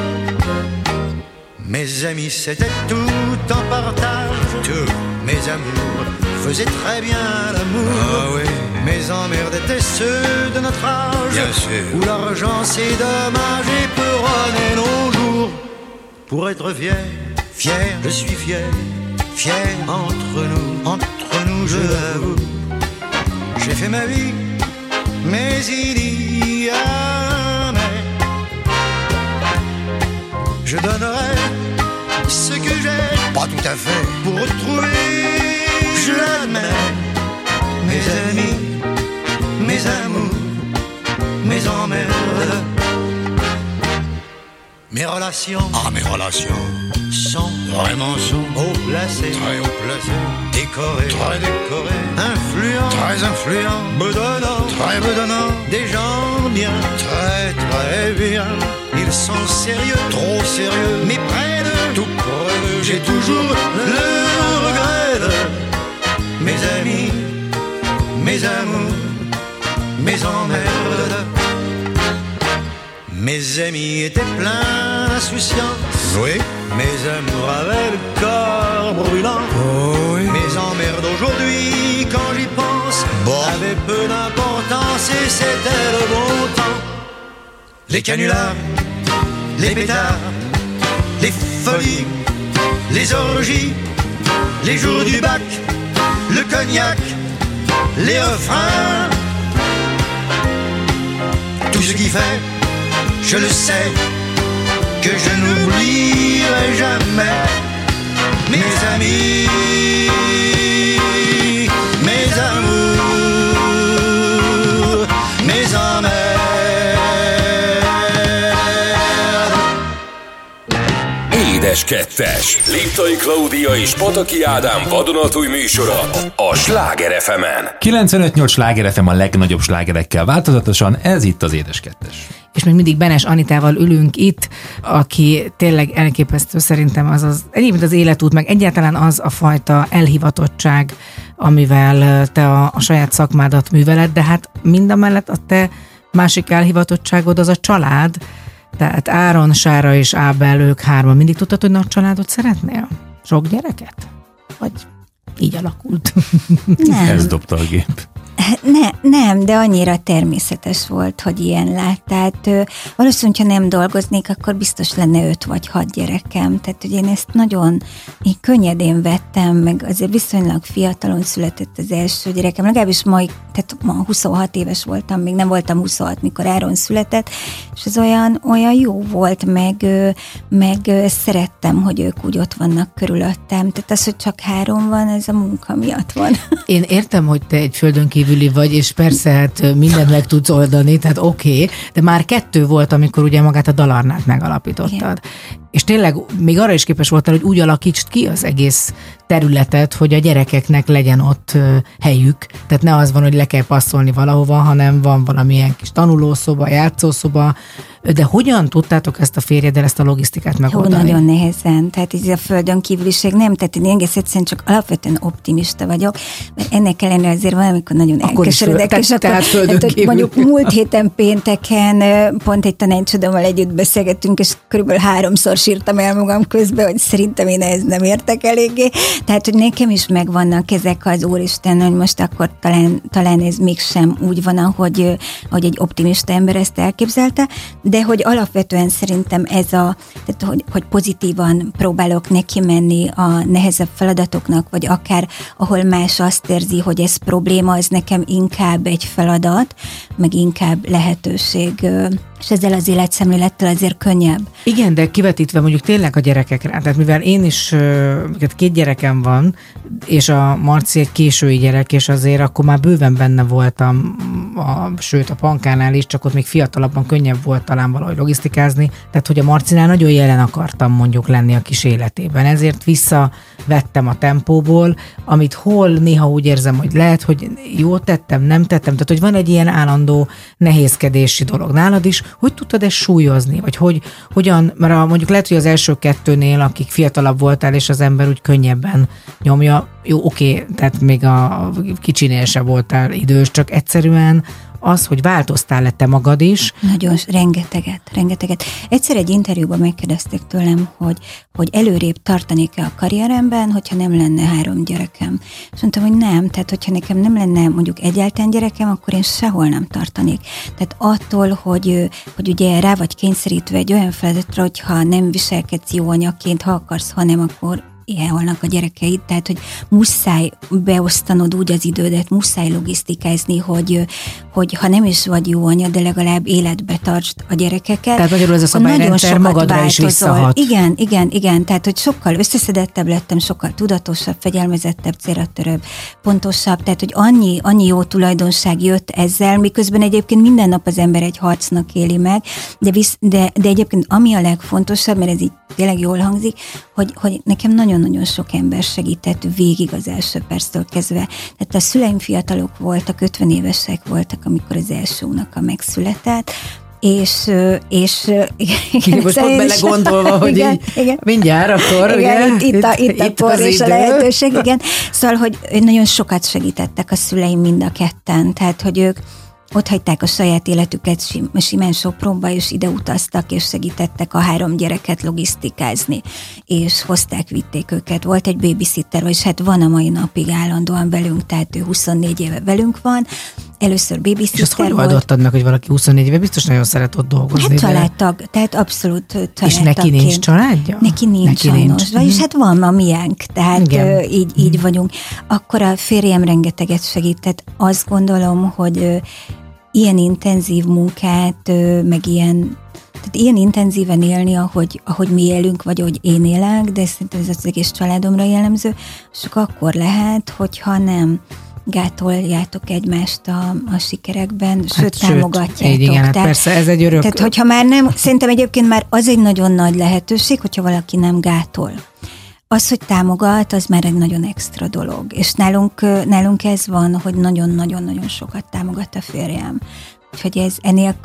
Mes amis, c'était tout en partage. Tous mes amours faisaient très bien l'amour. Ah oui. Mes emmerdes étaient ceux de notre âge. Bien sûr. Où l'argent c'est dommage et peuronner nos jours. Pour être fier, fier, je suis fier. Fier entre nous, je l'avoue. J'ai fait ma vie, mais il y a mais. Je donnerai ce que j'ai, pas tout à fait, pour retrouver, je l'admets, mes amis, mes amours, mes emmerdes. Mes relations sont vraiment haut placées, très haut placées, décorées, très décorées, influents, très influents, bedonnants, très bedonnants, des gens bien, très très bien. Ils sont sérieux, trop sérieux, mais près de tout près d'eux, j'ai toujours le regret de mes amis, mes amours, mes emmerdes. Mes amis étaient pleins d'insouciance. Oui. Mes amours avaient le corps brûlant. Oh oui. Mes emmerdes aujourd'hui, quand j'y pense, avaient peu d'importance et c'était le bon temps. Les canulars, les pétards, les folies, les orgies, les jours du bac, le cognac, les refrains. Tout ce qui fait, je le sais, que je n'oublierai jamais mes amis, mes amours, mes emmerdes. Édes Kettes, Liptai Klaudia és Pataki Ádám vadonatúj műsora a Sláger FM-en. 95-8 Sláger FM a legnagyobb slágerekkel változatosan, ez itt az Édes Kettes. És még mindig Benes Anitával ülünk itt, aki tényleg elképesztő szerintem egyébként az életút, meg egyáltalán az a fajta elhivatottság, amivel te a saját szakmádat műveled, de hát mindamellett a te másik elhivatottságod az a család, tehát Áron, Sára és Ábel, ők hárman. Mindig tudtad, hogy nagy családot szeretnél? Sok gyereket? Vagy így alakult? Nem. Ez dobta a gép. Nem, de annyira természetes volt, hogy ilyen lett. Tehát valószínűleg, ha nem dolgoznék, akkor biztos lenne 5 vagy 6 gyerekem. Tehát, hogy én ezt nagyon könnyedén vettem, meg azért viszonylag fiatalon született az első gyerekem. Legalábbis ma 26 éves voltam, még nem voltam 26, mikor Áron született, és ez olyan jó volt, meg szerettem, hogy ők úgy ott vannak körülöttem. Tehát az, hogy csak 3 van, ez a munka miatt van. Én értem, hogy te egy földön kívüli vagy, és persze hát mindent meg tudsz oldani, tehát oké, de már 2 volt, amikor ugye magát a Dalarnát megalapítottad. Igen. És tényleg még arra is képes voltál, hogy úgy alakítsd ki az egész területet, hogy a gyerekeknek legyen ott helyük. Tehát ne az van, hogy le kell passzolni valahova, hanem van valamilyen kis tanulószoba, játszószoba. De hogyan tudtátok ezt a férjeddel, ezt a logisztikát megoldani? Jó, nagyon nehezen. Tehát ez a földön kívüliség nem, tehát én egész egyszerűen csak alapvetően optimista vagyok, mert ennek ellenére azért valamikor nagyon elkeseredek. És akkor mondjuk múlt héten pénteken pont egy tanácsodommal együtt beszélgettünk, és körülbelül 3-szor sírtam el magam közben, hogy szerintem én ehhez nem értek eléggé. Tehát, hogy nekem is megvannak ezek az Úristen, hogy most akkor talán ez mégsem úgy van, ahogy egy optimista ember ezt elképzelte, de hogy alapvetően szerintem tehát hogy pozitívan próbálok neki menni a nehezebb feladatoknak, vagy akár ahol más azt érzi, hogy ez probléma, az nekem inkább egy feladat, meg inkább lehetőség, és ezzel az életszemlélettel azért könnyebb. Igen, de kivetítve mondjuk tényleg a gyerekekre, tehát mivel én is, 2 gyerekem van, és a Marci egy késői gyerek, és azért akkor már bőven benne voltam, sőt a Pankánál is, csak ott még fiatalabban könnyebb volt talán valahogy logisztikázni, tehát hogy a Marcinál nagyon jelen akartam mondjuk lenni a kis életében, ezért visszavettem a tempóból, amit hol néha úgy érzem, hogy lehet, hogy jót tettem, nem tettem, tehát hogy van egy ilyen állandó nehézkedési dolog nálad is, hogy tudtad ezt súlyozni, vagy hogyan, mert mondjuk lehet, hogy az első 2-nél, akik fiatalabb voltál, és az ember úgy könnyebben nyomja, jó, oké, tehát még a kicsinél se voltál idős, csak egyszerűen az, hogy változtál-e te magad is. Nagyon, rengeteget. Egyszer egy interjúban megkérdezték tőlem, hogy előrébb tartanék-e a karrieremben, hogyha nem lenne 3 gyerekem. És mondtam, hogy nem, tehát hogyha nekem nem lenne mondjuk egyáltalán gyerekem, akkor én sehol nem tartanék. Tehát attól, hogy ugye rá vagy kényszerítve egy olyan feladatra, hogyha nem viselkedsz jó anyaként, ha akarsz, ha nem, akkor elhalnak a gyerekeid, tehát hogy muszáj beosztanod úgy az idődet, muszáj logisztikázni, hogy ha nem is vagy jó anya, de legalább életbe tartsd a gyerekeket. Tehát magyarul ez a szabályrendszer magadra is visszahat. Igen, tehát hogy sokkal összeszedettebb lettem, sokkal tudatosabb, fegyelmezettebb, célra törőbb, pontosabb, tehát hogy annyi jó tulajdonság jött ezzel, miközben egyébként minden nap az ember egy harcnak éli meg, de egyébként ami a legfontosabb, mert ez így tényleg jól hangzik, hogy nekem nagyon-nagyon sok ember segített végig az első perctől kezdve. Tehát a szüleim fiatalok voltak, 50 évesek voltak, amikor az első unoka megszületett, és igen, most pont belegondolva, hogy igen, mindjárt akkor, igen, itt a por és a lehetőség, igen. Szóval, hogy nagyon sokat segítettek a szüleim mind a ketten, tehát, hogy ők ott hagyták a saját életüket simán Sopronba, és ide utaztak, és segítettek a 3 gyereket logisztikázni, és hozták, vitték őket. Volt egy babysitter, vagyis hát van a mai napig állandóan velünk, tehát ő 24 éve velünk van. Először babysitter. És azt hogy oldottad meg, hogy valaki 24 éve biztos nagyon szeret ott dolgozni? Hát családtag, tehát abszolút családtag. És neki nincs családja? Neki nincs sajnos. Vagyis hát van a miénk, tehát így vagyunk. Akkor a férjem rengeteget segített. Azt gondolom, hogy ilyen intenzív munkát, meg ilyen intenzíven élni, ahogy mi élünk, vagy ahogy én élek, de szerintem ez az egész családomra jellemző, csak akkor lehet, hogyha nem gátoljátok egymást a sikerekben, sőt, támogatjátok. Igen, hát persze, ez egy örök. Tehát, hogyha már nem, szerintem egyébként már az egy nagyon nagy lehetőség, hogyha valaki nem gátol. Az, hogy támogat, az már egy nagyon extra dolog. És nálunk ez van, hogy nagyon-nagyon-nagyon sokat támogat a férjem. Úgyhogy ez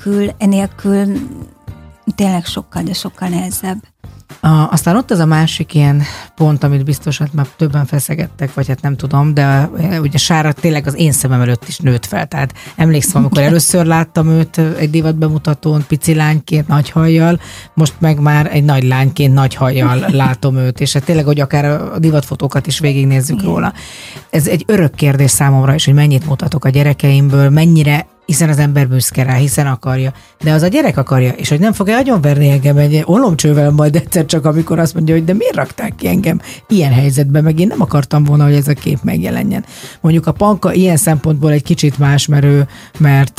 enélkül tényleg sokkal, de sokkal nehezebb. Aztán ott az a másik ilyen pont, amit biztos, hát már többen feszegettek, vagy hát nem tudom, de ugye Sára tényleg az én szemem előtt is nőtt fel. Tehát emlékszem, amikor először láttam őt egy divat bemutatón, pici lányként, nagy hajjal, most meg már egy nagy lányként, nagy hajjal látom őt, és hát tényleg, hogy akár a divatfotókat is végignézzük róla. Ez egy örök kérdés számomra is, hogy mennyit mutatok a gyerekeimből, mennyire, hiszen az ember büszke rá, hiszen akarja. De az a gyerek akarja, és hogy nem fogja agyonverni engem egy olomcsővel majd egyszer csak, amikor azt mondja, hogy de miért rakták ki engem ilyen helyzetbe, meg én nem akartam volna, hogy ez a kép megjelenjen. Mondjuk a Panka ilyen szempontból egy kicsit más, mert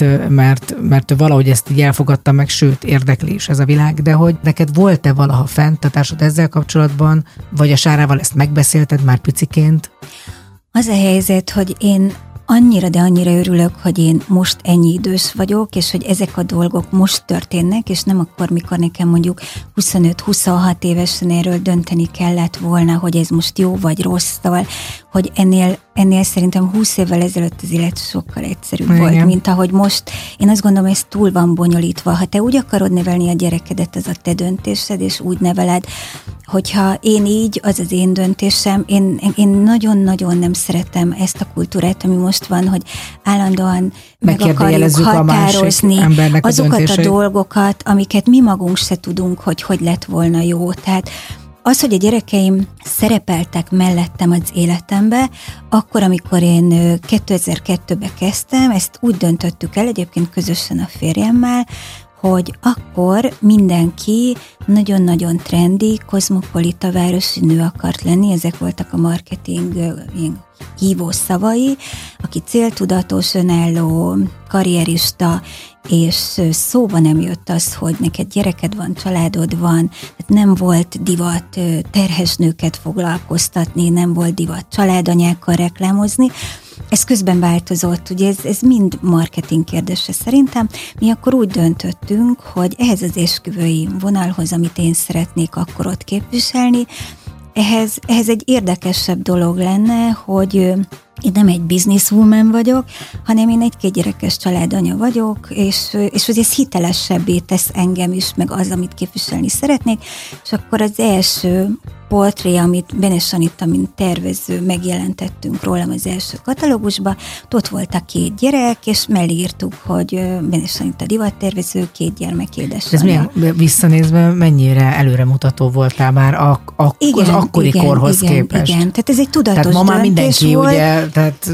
ő valahogy ezt így elfogadta meg, sőt, érdekli is ez a világ, de hogy neked volt-e valaha fenntartásod ezzel kapcsolatban, vagy a Sárával ezt megbeszélted már piciként? Az a helyzet, hogy én annyira örülök, hogy én most ennyi idős vagyok, és hogy ezek a dolgok most történnek, és nem akkor, mikor nekem mondjuk 25-26 évesen erről dönteni kellett volna, hogy ez most jó vagy rossz, szóval, hogy ennél szerintem 20 évvel ezelőtt az élet sokkal egyszerűbb volt, mint ahogy most. Én azt gondolom, ez túl van bonyolítva. Ha te úgy akarod nevelni a gyerekedet, az a te döntésed, és úgy neveled, hogyha én így, az az én döntésem, én nagyon-nagyon nem szeretem ezt a kultúrát, ami most van, hogy állandóan meg akarjuk határozni azokat a dolgokat, amiket mi magunk se tudunk, hogy lett volna jó. Tehát az, hogy a gyerekeim szerepeltek mellettem az életembe, akkor, amikor én 2002-ben kezdtem, ezt úgy döntöttük el, egyébként közösen a férjemmel, hogy akkor mindenki nagyon-nagyon trendi, kozmopolita városi nő akart lenni, ezek voltak a marketing hívó szavai, aki céltudatos, önálló, karrierista, és szóba nem jött az, hogy neked gyereked van, családod van, tehát nem volt divat terhes nőket foglalkoztatni, nem volt divat családanyákkal reklámozni. Ez közben változott, ugye ez mind marketing kérdése szerintem. Mi akkor úgy döntöttünk, hogy ehhez az esküvői vonalhoz, amit én szeretnék akkor ott képviselni, ehhez egy érdekesebb dolog lenne, hogy én nem egy businesswoman vagyok, hanem én egy 2 gyerekes családanya vagyok, és hogy ez hitelesebbé tesz engem is, meg az, amit képviselni szeretnék, és akkor az első portré, amit Benes Anita, mint tervező, megjelentettünk rólam az első katalógusba. Ott volt a 2 gyerek, és mellé írtuk, hogy Benes Anita divattervező, 2 gyermek édesanyja. Ez milyen visszanézve mennyire előremutató voltál már az akkori korhoz képest? Igen, tehát ez egy tudatos tehát ma már mindenki volt. ugye, tehát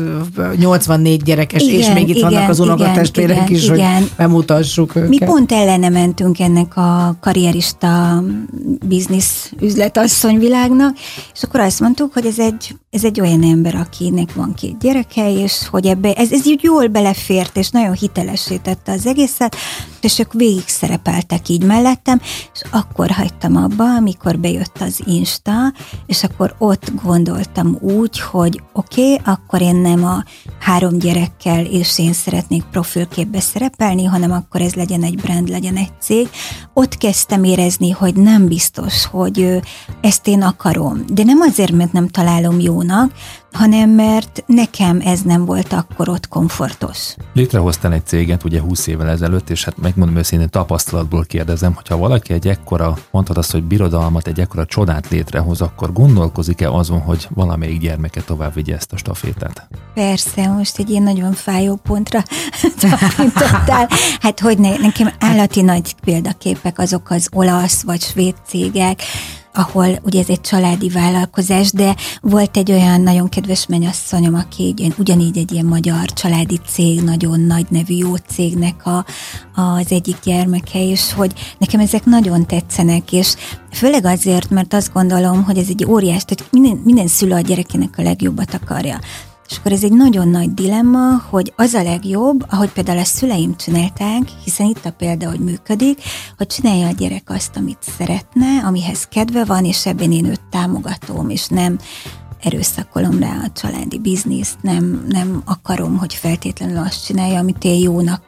84 gyerekes, Igen, és még itt vannak az unokatestvérek is, igen. hogy bemutassuk őket. Mi pont ellene mentünk ennek a karrierista biznisz üzletasszonyvilágnak, és akkor azt mondtuk, hogy ez egy olyan ember, akinek van 2 gyereke, és hogy ebbe ez így jól belefért, és nagyon hitelessé tette az egészet, és ők végig szerepeltek így mellettem, és akkor hagytam abba, amikor bejött az Insta, és akkor ott gondoltam úgy, hogy oké, akkor én nem a 3 gyerekkel, és én szeretnék profilképbe szerepelni, hanem akkor ez legyen egy brand, legyen egy cég. Ott kezdtem érezni, hogy nem biztos, hogy ezt én akarom. De nem azért, mert nem találom jónak, hanem mert nekem ez nem volt akkor ott komfortos. Létrehoztál egy céget ugye 20 évvel ezelőtt, és hát megmondom őszintén tapasztalatból kérdezem, hogyha valaki egy ekkora, mondhatod azt, hogy birodalmat, egy ekkora csodát létrehoz, akkor gondolkozik-e azon, hogy valamelyik gyermeke tovább vigye ezt a stafétát? Persze, most egy ilyen nagyon fájó pontra tapintottál. Hát hogy nekem állati nagy példaképek azok az olasz vagy svéd cégek, ahol ugye ez egy családi vállalkozás, de volt egy olyan nagyon kedves mennyasszonyom, aki ugyanígy egy ilyen magyar családi cég, nagyon nagy nevű jó cégnek az egyik gyermeke, és hogy nekem ezek nagyon tetszenek, és főleg azért, mert azt gondolom, hogy ez egy óriás, tehát minden szülő a gyerekének a legjobbat akarja. És akkor ez egy nagyon nagy dilemma, hogy az a legjobb, ahogy például a szüleim csinálták, hiszen itt a példa, hogy működik, hogy csinálja a gyerek azt, amit szeretne, amihez kedve van, és ebben én őt támogatom, és nem erőszakolom rá a családi bizniszt, nem akarom, hogy feltétlenül azt csinálja, amit én jónak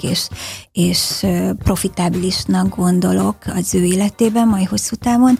és profitábilisnak gondolok az ő életében, majd hosszú távon,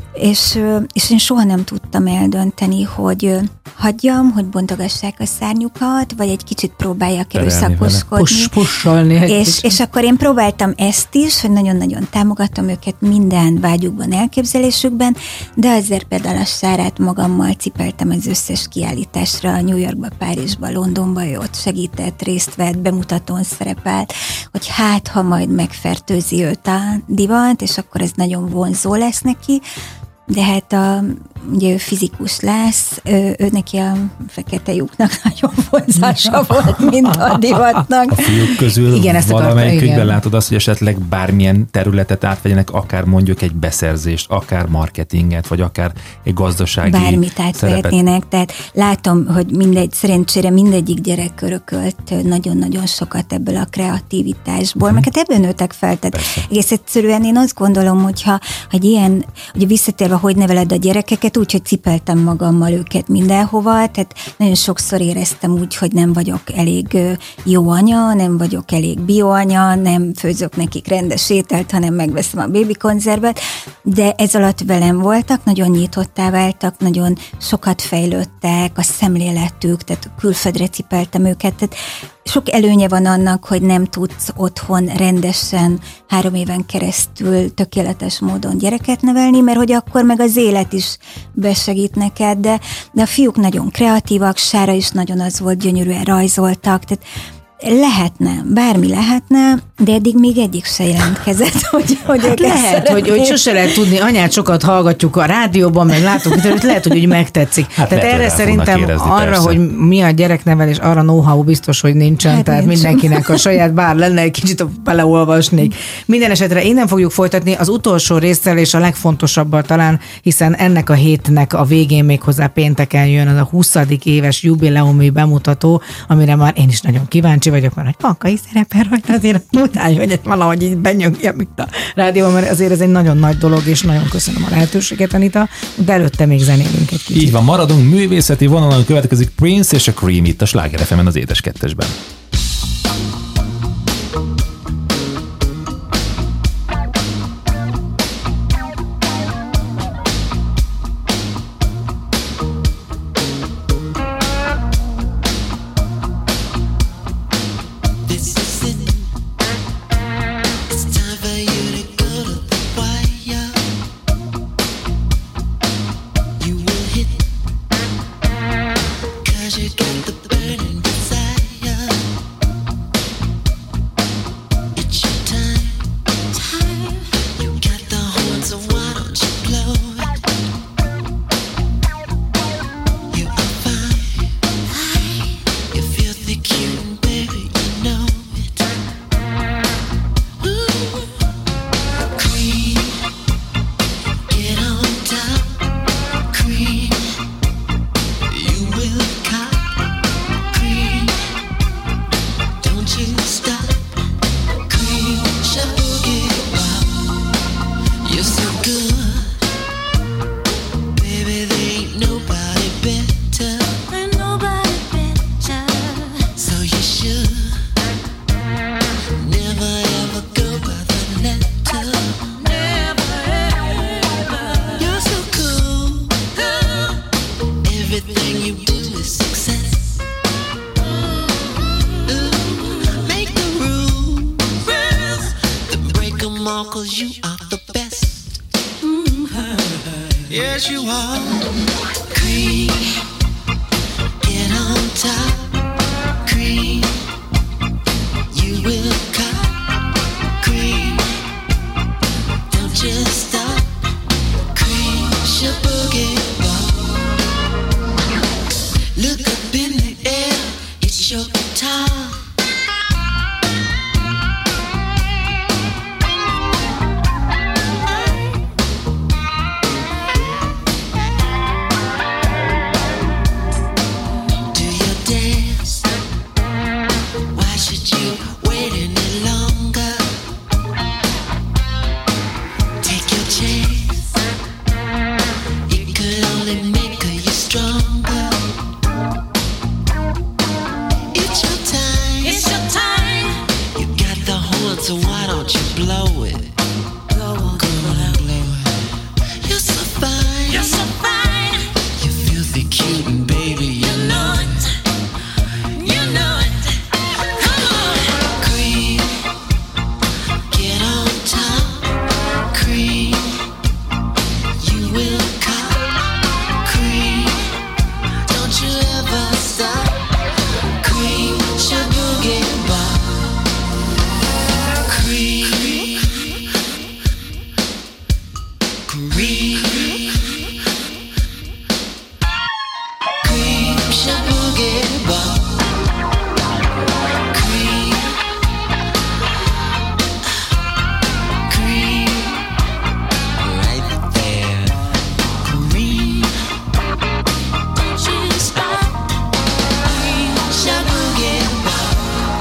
és én soha nem tudtam eldönteni, hogy hagyjam, hogy bontogassák a szárnyukat, vagy egy kicsit próbáljak erőszakoskodni. Pussolni. És akkor én próbáltam ezt is, hogy nagyon-nagyon támogatom őket minden vágyukban, elképzelésükben, de azért például a Sárát magammal cipeltem az összes kiállításra, New Yorkba, Párizsba, Londonba, ő ott segített, részt vett, bemutatón szerepelt, hogy hát, ha majd megfertőzi őt a divat, és akkor ez nagyon vonzó lesz neki, de hát ugye ő fizikus lesz, ő neki a fekete lyuknak nagyon vonzása volt, mint a divatnak. A fiúk közül igen, valamelyikükben látod azt, hogy esetleg bármilyen területet átvegyenek, akár mondjuk egy beszerzést, akár marketinget, vagy akár egy gazdasági bármit átvehetnének, tehát látom, hogy szerencsére mindegyik gyerek örökölt nagyon-nagyon sokat ebből a kreativitásból, meg hát ebből nőttek fel, tehát egész egyszerűen én azt gondolom, hogyha ilyen, ugye visszatérve, hogy neveled a gyerekeket, úgy, hogy cipeltem magammal őket mindenhova, tehát nagyon sokszor éreztem úgy, hogy nem vagyok elég jó anya, nem vagyok elég bioanya, nem főzök nekik rendes ételt, hanem megveszem a bébikonzervet, de ez alatt velem voltak, nagyon nyitottá váltak, nagyon sokat fejlődtek, a szemléletük, tehát külföldre cipeltem őket, tehát sok előnye van annak, hogy nem tudsz otthon rendesen 3 éven keresztül tökéletes módon gyereket nevelni, mert hogy akkor meg az élet is besegít neked, de a fiúk nagyon kreatívak, Sára is nagyon az volt, gyönyörűen rajzoltak, tehát lehetne, bármi lehetne, de eddig még egyik se jelentkezett, hogy hát lehet, hogy sose lehet tudni, anyát sokat hallgatjuk a rádióban, meg látunk, hogy lehet, hogy megtetszik. Hát tehát erre szerintem arra, persze. Hogy mi a gyereknevelés, arra know-how biztos, hogy nincsen, hát tehát nincs. Mindenkinek a saját, bár lenne egy kicsit beleolvasnék. Minden esetre innen fogjuk folytatni az utolsó résszel és a legfontosabbal talán, hiszen ennek a hétnek a végén még hozzá pénteken jön az a 20. éves jubileumi bemutató, amire már én is nagyon kíváncsi vagyok, mert hogy Pankai szerepel rajta, azért mutáj, hogy valahogy így benyögjam itt a rádióban, mert azért ez egy nagyon nagy dolog, és nagyon köszönöm a lehetőséget, Anita, de előtte még zenélünk egy kicsit. Így van, maradunk művészeti vonalon, következik Prince és a Cream itt a Sláger FM-en az Édes Kettesben. You burning desire. It's your time. You got the horn, so why don't you blow it? You are fine. You feel the cute, baby, you know it. Ooh. Queen, get on top. Queen, you will cop. Queen, don't you stop. Queen, boogie wop. You're so good, baby. There ain't nobody better. Ain't nobody better. So you should never ever go by the letter. Never ever. You're so cool. Everything you do is success. Ooh, make the rules, then break them all, 'cause you are the best. Yes, you are. Queen, get on top. Queen, you will cop. Queen, don't just stop. Queen, boogie wop. Look up in the air, it's your time. Do your dance. Why should you wait any longer? Take your chance. It could only make you stronger. It's your time. It's your time. You got the horn, so why don't you blow it? Blow on, blow it. You're so fine. You're so fine. You filthy cute, and baby, you know it. You know it. Come on, Queen, get on top. Queen, you will cop. Queen, don't you ever stop. Queen, boogie wop. Queen, Queen, Queen, boogie wop. Queen, Queen, right there. Queen, don't you stop. Queen, boogie wop.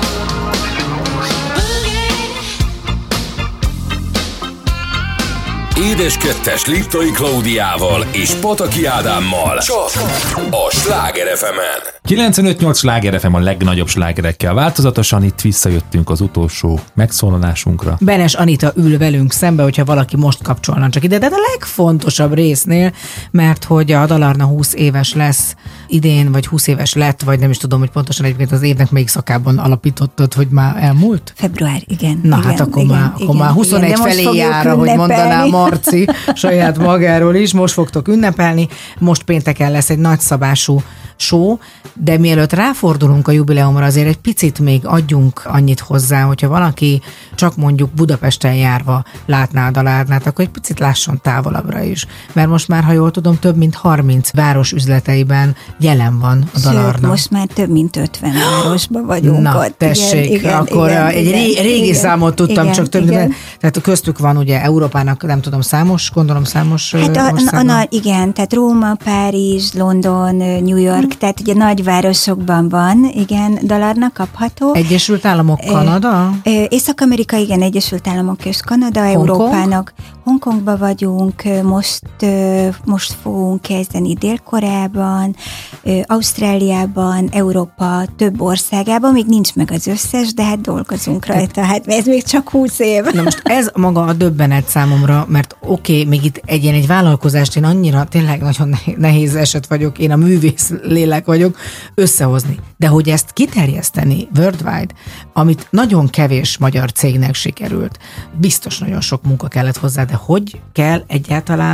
Boogie. Édes kettes Liptai Klaudiával és Pataki Ádámmal csak a Sláger FM-en. 95.8 Sláger FM a legnagyobb slágerekkel változatosan, itt visszajöttünk az utolsó megszólalásunkra. Benes Anita ül velünk szembe, hogyha valaki most kapcsolna csak ide, de a legfontosabb résznél, mert hogy a Dalarna 20 éves lesz idén, vagy 20 éves lett, vagy nem is tudom, hogy pontosan egyébként az évnek melyik szakában alapítottad, hogy már elmúlt? Február, igen. Na igen, hát akkor igen, már 21 igen, felé jár, ahogy mondaná Marci saját magáról is, most fogtok ünnepelni, most pénteken lesz egy nagyszabású show, de mielőtt ráfordulunk a jubileumra, azért egy picit még adjunk annyit hozzá, hogyha valaki csak mondjuk Budapesten járva látná a Dalárnát, akkor egy picit lásson távolabbra is. Mert most már, ha jól tudom, több mint 30 város üzleteiben jelen van a Dalárna. Sőt, most már több mint 50 városban vagyunk. Na, ott. tessék, igen, akkor igen, egy igen, régi igen, számot tudtam, igen, csak több igen. mint, tehát köztük van ugye Európának, nem tudom, gondolom számos Hát országban. igen, tehát Róma, Párizs, London, New York, tehát ugye nagyvárosokban van, igen, Dalarna kapható. Egyesült Államok, Kanada? Észak-Amerika, igen, Egyesült Államok és Kanada, Európának. Hongkongban vagyunk, most fogunk kezdeni Dél-Koreában, Ausztráliában, Európa több országában, még nincs meg az összes, de hát dolgozunk rajta, hát ez még csak 20 év. Na most ez maga a döbbenet számomra, mert oké, még itt egy vállalkozást én annyira tényleg nagyon nehéz eset vagyok, én a művész lélek vagyok, összehozni. De hogy ezt kiterjeszteni worldwide, amit nagyon kevés magyar cégnek sikerült, biztos nagyon sok munka kellett hozzá, de hogy kell egyáltalán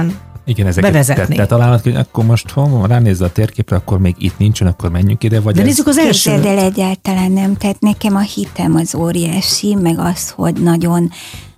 Igen, ezeket bevezetni. te találod, hogy akkor most ránézze a térképre, akkor még itt nincsen, akkor menjünk ide, vagy De nézzük az első. Képzeld el, egyáltalán nem. Tehát nekem a hitem az óriási, meg az, hogy nagyon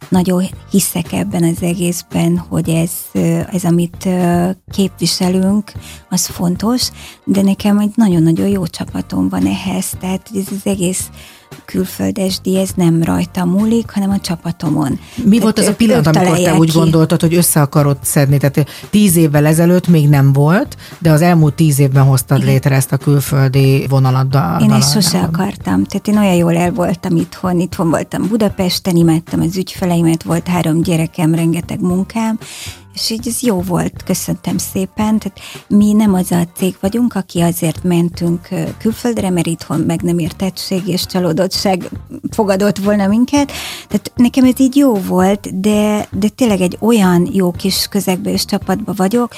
hiszek ebben az egészben, hogy ez amit képviselünk, az fontos, de nekem egy nagyon-nagyon jó csapatom van ehhez, tehát ez az egész külföldes díj, ez nem rajta múlik, hanem a csapatomon. Mi volt az a pillanat, amikor te úgy gondoltad, hogy össze akarod szedni? Tehát 10 évvel ezelőtt még nem volt, de az elmúlt 10 évben hoztad létre ezt a külföldi vonalat. Én ezt sose akartam. Tehát én olyan jól el voltam itthon voltam Budapesten, imádtam az ügyfeleimet, volt 3 gyerekem, rengeteg munkám, és így ez jó volt, köszöntem szépen. Tehát mi nem az a cég vagyunk, aki azért mentünk külföldre, mert itthon meg nem értettség és csalódottság fogadott volna minket. Tehát nekem ez így jó volt, de tényleg egy olyan jó kis közegbe és csapatba vagyok,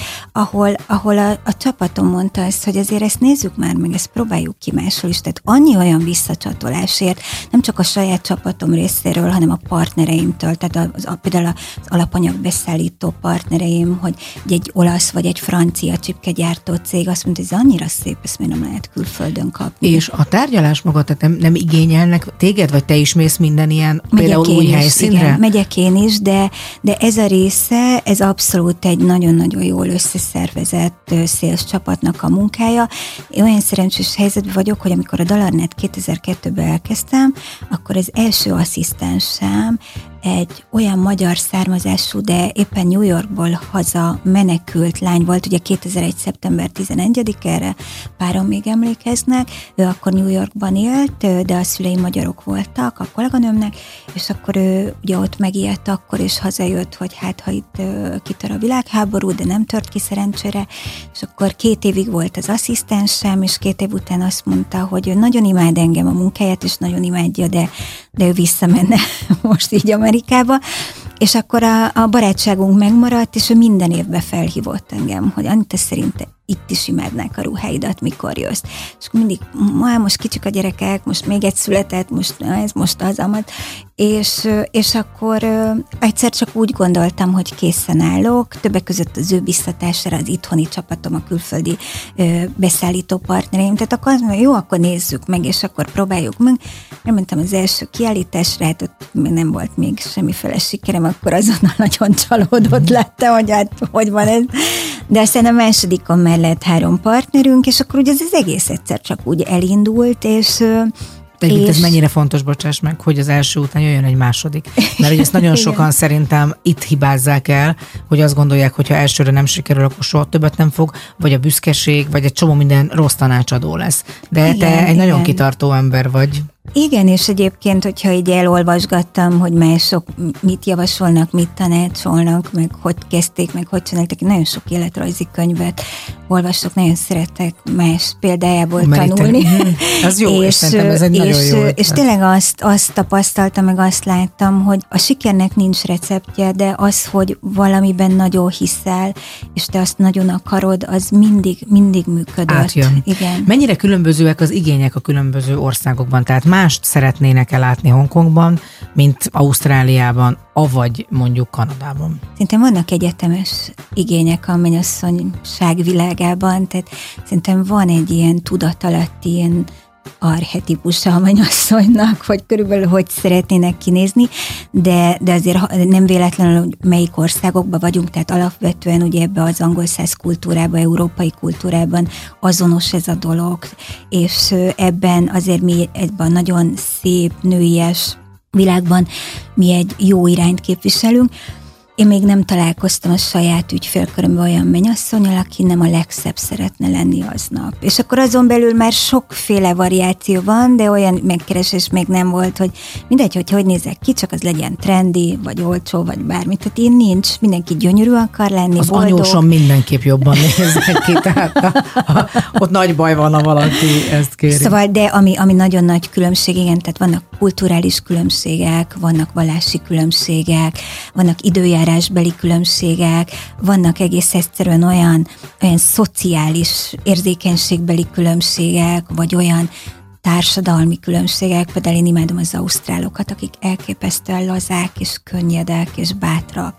ahol a csapatom mondta ezt, hogy azért ezt nézzük már meg, ezt próbáljuk ki máshol is. Tehát annyi olyan visszacsatolásért, nem csak a saját csapatom részéről, hanem a partnereimtől, tehát például az alapanyagbeszállító partnereim, hogy egy olasz vagy egy francia csipkegyártó cég azt mondta, hogy ez annyira szép, ezt még nem lehet külföldön kapni. És a tárgyalás maga, tehát nem igényelnek téged, vagy te is mész minden ilyen például új helyszínre? Igen, megyek én is, de ez a része, ez abszolút egy nagyon-nagyon jól összeszervezett sales csapatnak a munkája. Én olyan szerencsés helyzetben vagyok, hogy amikor a Dalarnet 2002-ben elkezdtem, akkor az első asszisztensem egy olyan magyar származású, de éppen New Yorkból haza menekült lány volt, ugye 2001. szeptember 11-erre páron még emlékeznek, ő akkor New Yorkban élt, de a szülei magyarok voltak, a kolléganőmnek, és akkor ő ugye ott megijedt akkor, és hazajött, hogy hát ha itt kitör a világháború, de nem tört ki szerencsére, és akkor 2 évig volt az asszisztensem, és 2 év után azt mondta, hogy ő nagyon imád engem a munkáját, és nagyon imádja, de ő visszamenne most így Amerikába, és akkor a barátságunk megmaradt, és ő minden évben felhívott engem, hogy Anita, szerint itt is imádnák a ruháidat, mikor jössz. És akkor mindig, most kicsik a gyerekek, most még egy született, ez most az amat. És akkor egyszer csak úgy gondoltam, hogy készen állok, többek között az ő biztatására az itthoni csapatom, a külföldi beszállító partnereim, tehát akkor azt mondom, jó, akkor nézzük meg, és akkor próbáljuk meg. Elmentem az első kiállításra, hát ott nem volt még semmiféle sikerem, akkor azonnal nagyon csalódott lettem, hogy hát hogy van ez. De aztán a másodikon már lett 3 partnerünk, és akkor ugye ez az egész egyszer csak úgy elindult, és ez mennyire fontos, bocsáss meg, hogy az első után jöjjön egy második. Mert ugye ezt nagyon sokan szerintem itt hibázzák el, hogy azt gondolják, hogy ha elsőre nem sikerül, akkor soha többet nem fog, vagy a büszkeség, vagy egy csomó minden rossz tanácsadó lesz. De te egy nagyon kitartó ember vagy. Igen, és egyébként, hogyha így elolvasgattam, hogy mások mit javasolnak, mit tanácsolnak, meg hogy kezdték, meg hogy csináltak, nagyon sok életrajzi könyvet olvasok, nagyon szeretek más példájából tanulni. Ez jó, és szerintem ez egy nagyon jó. És tényleg azt tapasztaltam, meg azt láttam, hogy a sikernek nincs receptje, de az, hogy valamiben nagyon hiszel, és te azt nagyon akarod, az mindig működött. Átjön. Igen. Mennyire különbözőek az igények a különböző országokban? Tehát mást szeretnének látni Hongkongban, mint Ausztráliában, avagy mondjuk Kanadában? Szerintem vannak egyetemes igények a mennyasszonyság világában, tehát szerintem van egy ilyen tudatalatti, ilyen archetipusa a mennyasszonynak, hogy körülbelül hogy szeretnének kinézni, de azért nem véletlenül, hogy melyik országokban vagyunk, tehát alapvetően ugye ebbe az angol száz kultúrában, európai kultúrában azonos ez a dolog, és ebben azért mi ebben a nagyon szép, nőies világban mi egy jó irányt képviselünk. Én még nem találkoztam a saját ügyfélkörömben olyan mennyasszonnyal, aki nem a legszebb szeretne lenni aznap. És akkor azon belül már sokféle variáció van, de olyan megkeresés még nem volt, hogy mindegy, hogy nézek ki, csak az legyen trendi, vagy olcsó, vagy bármi. Tehát én nincs, mindenki gyönyörű akar lenni, az boldog. anyósom mindenképp jobban néznek ki, tehát ott nagy baj van, ha valaki ezt kéri. Szóval, de ami nagyon nagy különbség, igen, tehát vannak kulturális különbségek, vannak vallási különbségek, vannak időjárásbeli különbségek, vannak egész egyszerűen olyan szociális érzékenységbeli különbségek, vagy olyan társadalmi különbségek, például én imádom az ausztrálokat, akik elképesztően lazák, és könnyedek, és bátrak,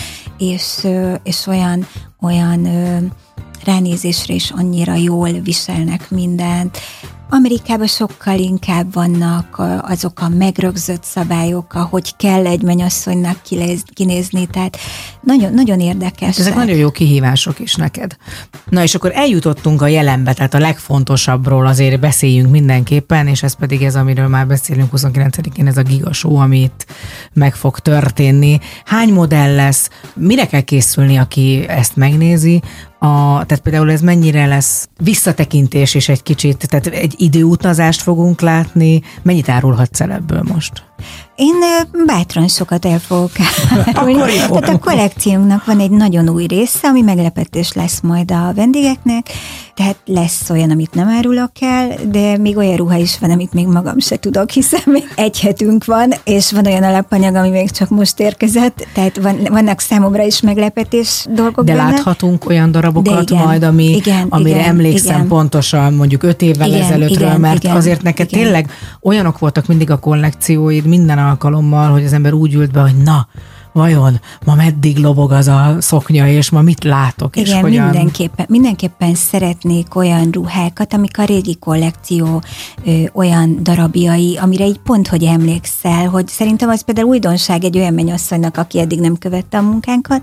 és olyan ránézésre is annyira jól viselnek mindent. Amerikában sokkal inkább vannak azok a megrögzött szabályok, ahogy kell egy mennyasszonynak kinézni, tehát nagyon, nagyon érdekes. Ezek nagyon jó kihívások is neked. Na és akkor eljutottunk a jelenbe, tehát a legfontosabbról azért beszéljünk mindenképpen, és ez pedig ez, amiről már beszélünk 29-én, ez a Giga Show, amit meg fog történni. Hány modell lesz? Mire kell készülni, aki ezt megnézi? Tehát például ez mennyire lesz visszatekintés is egy kicsit, tehát egy időutazást fogunk látni, mennyit árulhatsz el ebből most? Én bátran sokat el fogok árulni. Tehát a kollekciónknak van egy nagyon új része, ami meglepetés lesz majd a vendégeknek, tehát lesz olyan, amit nem árulok el, de még olyan ruha is van, amit még magam se tudok, hiszen még egy hetünk van, és van olyan alapanyag, ami még csak most érkezett, tehát vannak számomra is meglepetés dolgok de benne. láthatunk olyan darabokat igen, majd, amire emlékszem pontosan mondjuk 5 évvel ezelőttről, mert azért neked tényleg olyanok voltak mindig a kollekcióid minden alkalommal, hogy az ember úgy ült be, hogy na, vajon ma meddig lobog az a szoknya, és ma mit látok? Igen, és hogyan... mindenképpen szeretnék olyan ruhákat, amik a régi kollekció olyan darabjai, amire így pont, hogy emlékszel, hogy szerintem az például újdonság egy olyan mennyasszonynak, aki eddig nem követte a munkánkat,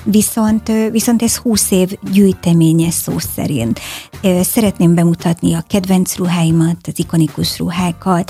viszont ez 20 év gyűjteménye szó szerint. Szeretném bemutatni a kedvenc ruháimat, az ikonikus ruhákat,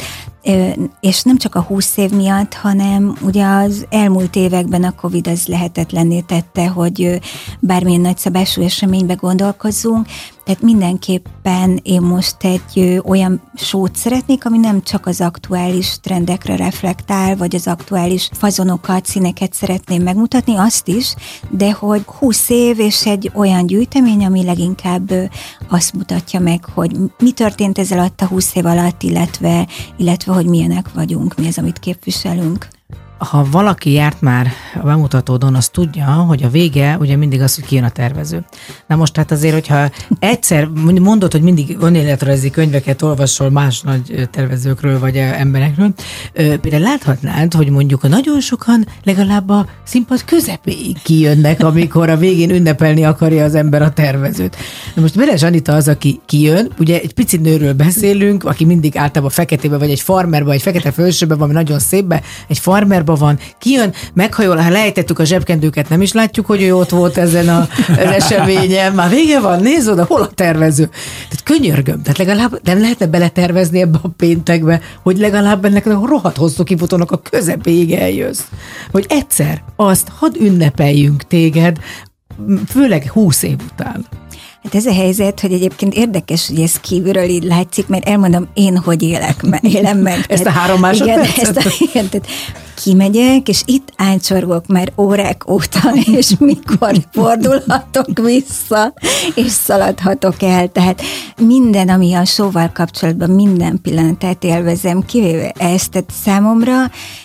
és nem csak a 20 év miatt, hanem ugye az elmúlt években a Covid az lehetetlenné tette, hogy bármilyen nagyszabású eseménybe gondolkozzunk, tehát mindenképpen én most egy olyan show-t szeretnék, ami nem csak az aktuális trendekre reflektál, vagy az aktuális fazonokat, színeket szeretném megmutatni, azt is, de hogy 20 év és egy olyan gyűjtemény, ami leginkább azt mutatja meg, hogy mi történt ez alatt a 20 év alatt, illetve hogy milyenek vagyunk, mi az, amit képviselünk. Ha valaki járt már a bemutatódon, az tudja, hogy a vége ugye mindig az, hogy kijön a tervező. Na most hát azért, hogyha egyszer mondod, hogy mindig önéletrajzi könyveket olvasol más nagy tervezőkről vagy emberekről, például láthatnád, hogy mondjuk nagyon sokan legalább a színpad közepéig kijönnek, amikor a végén ünnepelni akarja az ember a tervezőt. Na most Veres Anita az, aki kijön, ugye egy pici nőről beszélünk, aki mindig általában feketébe, vagy egy farmerba, egy fekete fölsőbe, valami nagyon szépbe, egy farmerba van, kijön, meghajol, ha lejtettük a zsebkendőket, nem is látjuk, hogy ő ott volt ezen az eseményen. Már vége van, nézd oda, hol a tervező. Tehát könyörgöm, tehát legalább nem lehetne beletervezni ebbe a péntekbe, hogy legalább ennek a rohadt hosszú kifutónak a közepéig eljössz. Hogy egyszer azt hadd ünnepeljünk téged, főleg 20 év után. Hát ez a helyzet, hogy egyébként érdekes, hogy ez kívülről így látszik, mert elmondom én, hogy élem meg. Ezt a 3 másodpercet? Igen, tehát kimegyek, és itt áncsorgok már órák óta, és mikor fordulhatok vissza, és szaladhatok el. Tehát minden, ami a showval kapcsolatban, minden pillanatát élvezem, kivéve ezt, tehát számomra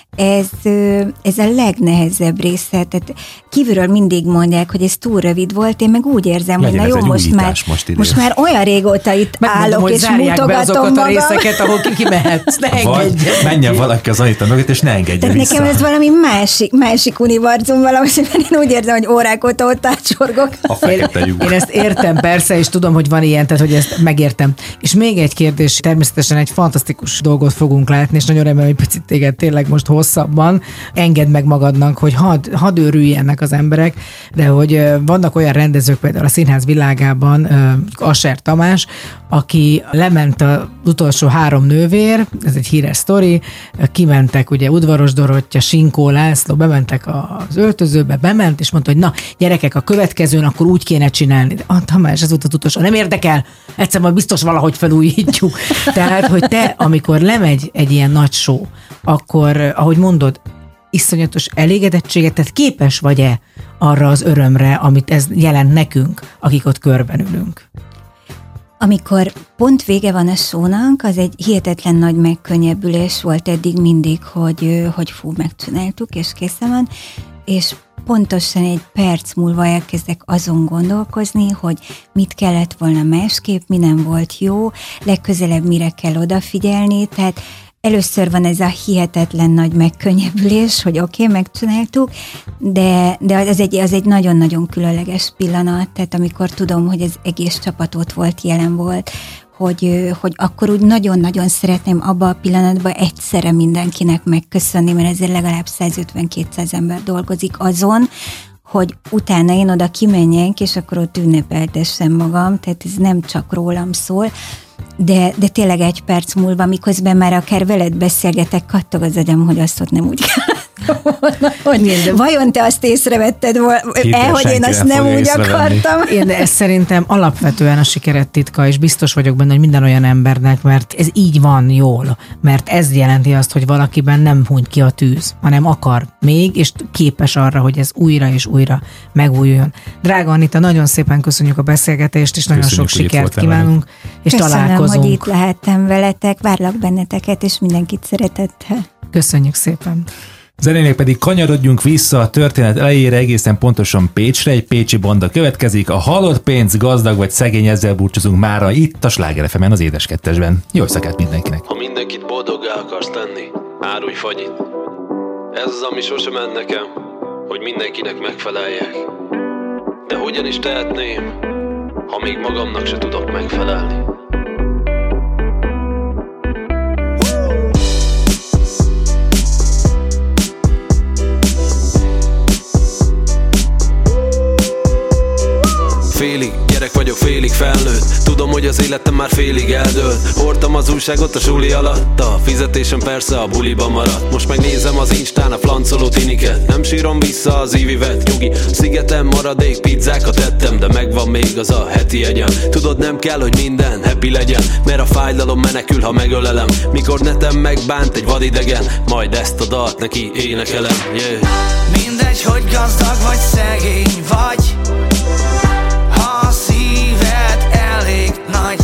ez a legnehezebb része, tehát kívülről mindig mondják, hogy ez túl rövid volt, én meg úgy érzem, legyen, hogy na jó, most már olyan régóta itt állok, hogy és mutogatom be azokat magam. A részeket, ahol kimehetsz, ne engedj. Menjen valaki az Anita mögött, és ne engedje tehát vissza. nekem ez valami másik univerzum valahogy, mert én úgy érzem, hogy órák óta ott átsorgok. A fekete lyuk. Én ezt értem persze, és tudom, hogy van ilyen, tehát hogy ezt megértem. És még egy kérdés, természetesen egy fantasztikus dolgot fogunk látni, és nagyon remélem, hogy picit téged tényleg most hosszabban engedd meg magadnak, hogy hadd őrüljenek az emberek, de hogy vannak olyan rendezők, például a színház világában, Asser Tamás, aki lement az utolsó 3 nővér, ez egy híres sztori, kimentek ugye Udvaros Dorottya, Sinkó László, bementek az öltözőbe, bement, és mondta, hogy na, gyerekek, a következőn akkor úgy kéne csinálni. De Tamás, ez volt az utolsó, nem érdekel, egyszer majd biztos valahogy felújítjuk. Tehát, hogy te, amikor lemegy egy ilyen nagy show, akkor, ahogy mondod, iszonyatos elégedettséget, tehát képes vagy-e arra az örömre, amit ez jelent nekünk, akik ott körben ülünk? Amikor pont vége van a shownak, az egy hihetetlen nagy megkönnyebbülés volt eddig mindig, hogy fú, megcsináltuk, és készen van. és pontosan egy perc múlva elkezdek azon gondolkozni, hogy mit kellett volna másképp, mi nem volt jó, legközelebb mire kell odafigyelni, tehát először van ez a hihetetlen nagy megkönnyebbülés, hogy oké, megcsináltuk, de az egy nagyon-nagyon különleges pillanat, tehát amikor tudom, hogy az egész csapat ott volt, jelen volt, hogy akkor úgy nagyon-nagyon szeretném abba a pillanatban egyszerre mindenkinek megköszönni, mert ezért legalább 150-200 ember dolgozik azon, hogy utána én oda kimenjek, és akkor ott ünnepeltessem magam, tehát ez nem csak rólam szól, de tényleg egy perc múlva, miközben már akár veled beszélgetek, kattog az agyam, hogy azt ott nem úgy kell. Vajon te azt észrevetted hogy én azt nem úgy akartam? Én ezt szerintem alapvetően a sikered titka, és biztos vagyok benne, hogy minden olyan embernek, mert ez így van jól, mert ez jelenti azt, hogy valakiben nem huny ki a tűz, hanem akar még, és képes arra, hogy ez újra és újra megújuljon. Drága Anita, nagyon szépen köszönjük a beszélgetést, és nagyon sok sikert kívánunk, és találkozunk. Köszönöm, hogy itt lehettem veletek, várlak benneteket, és mindenkit szeretettel. Köszönjük szépen. Zenénél pedig kanyarodjunk vissza a történet elejére, egészen pontosan Pécsre, egy pécsi banda következik. A halott pénz, gazdag vagy szegény, ezzel búcsúzunk mára itt a Sláger FM-en, az Édes Kettesben. Jó éjszakát mindenkinek! Ha mindenkit boldoggá akarsz tenni, árulj fagyit. Ez az, ami sosem ment nekem, hogy mindenkinek megfeleljek. De hogyan is tehetném, ha még magamnak se tudok megfelelni? Félig gyerek vagyok, félig felnőtt. Tudom, hogy az életem már félig eldőlt. Hordtam az újságot a suli alatt, a fizetésem persze a buliba maradt. Most megnézem az Instán a flancoló tiniket. Nem sírom vissza az ívivet, nyugi. Szigeten maradék pizzákat ettem, de megvan még az a heti jegyem. Tudod, nem kell, hogy minden happy legyen, mert a fájdalom menekül, ha megölelem. Mikor netem megbánt egy vadidegen, majd ezt a dalt neki énekelem, yeah. Mindegy, hogy gazdag vagy szegény vagy, ha a szíved elég nagy,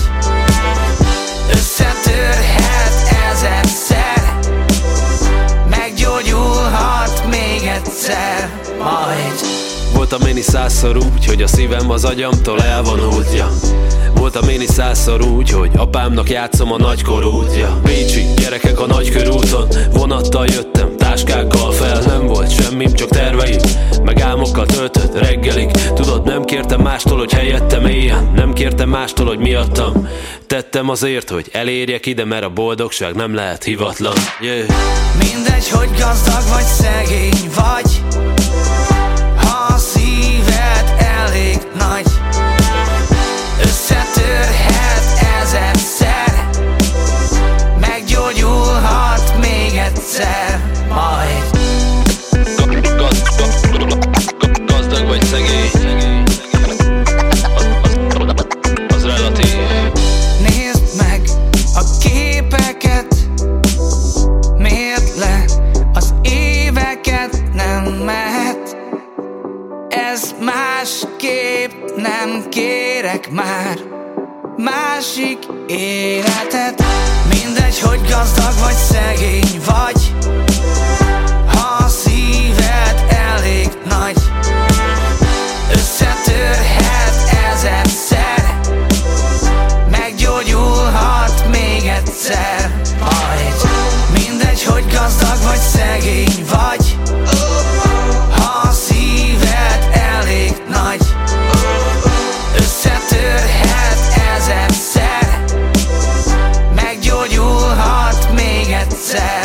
összetörhet ezerszer, meggyógyulhat még egyszer, majd. Voltam én is 100-szor úgy, hogy a szívem az agyamtól elvonultja. Voltam én is 100-szor úgy, hogy apámnak játszom a nagykorútja. Pécsi gyerekek a nagykörúton, vonattal jöttem, táskákkal fel. Nem volt semmim, csak terveim, meg álmokkal töltött reggelig. Tudod, nem kértem mástól, hogy helyettem éljen, nem kértem mástól, hogy miattam. Tettem azért, hogy elérjek ide, mert a boldogság nem lehet hivatlan, yeah. Mindegy, hogy gazdag vagy szegény vagy, ha a szíved elég nagy, összetörhet ezerszer, meggyógyulhat még egyszer, majd. Gazdag vagy szegény, az relatív. Nézd meg a képeket, mérd le az éveket, nem mehet. Ez másképp nem kérek már, másik életet. Mindegy, hogy gazdag vagy szegény vagy, ha a szíved elég nagy, összetörhet ezerszer, meggyógyulhat még egyszer, majd. Mindegy, hogy gazdag vagy szegény vagy, ha a szíved elég nagy, összetörhet ezerszer, meggyógyulhat még egyszer.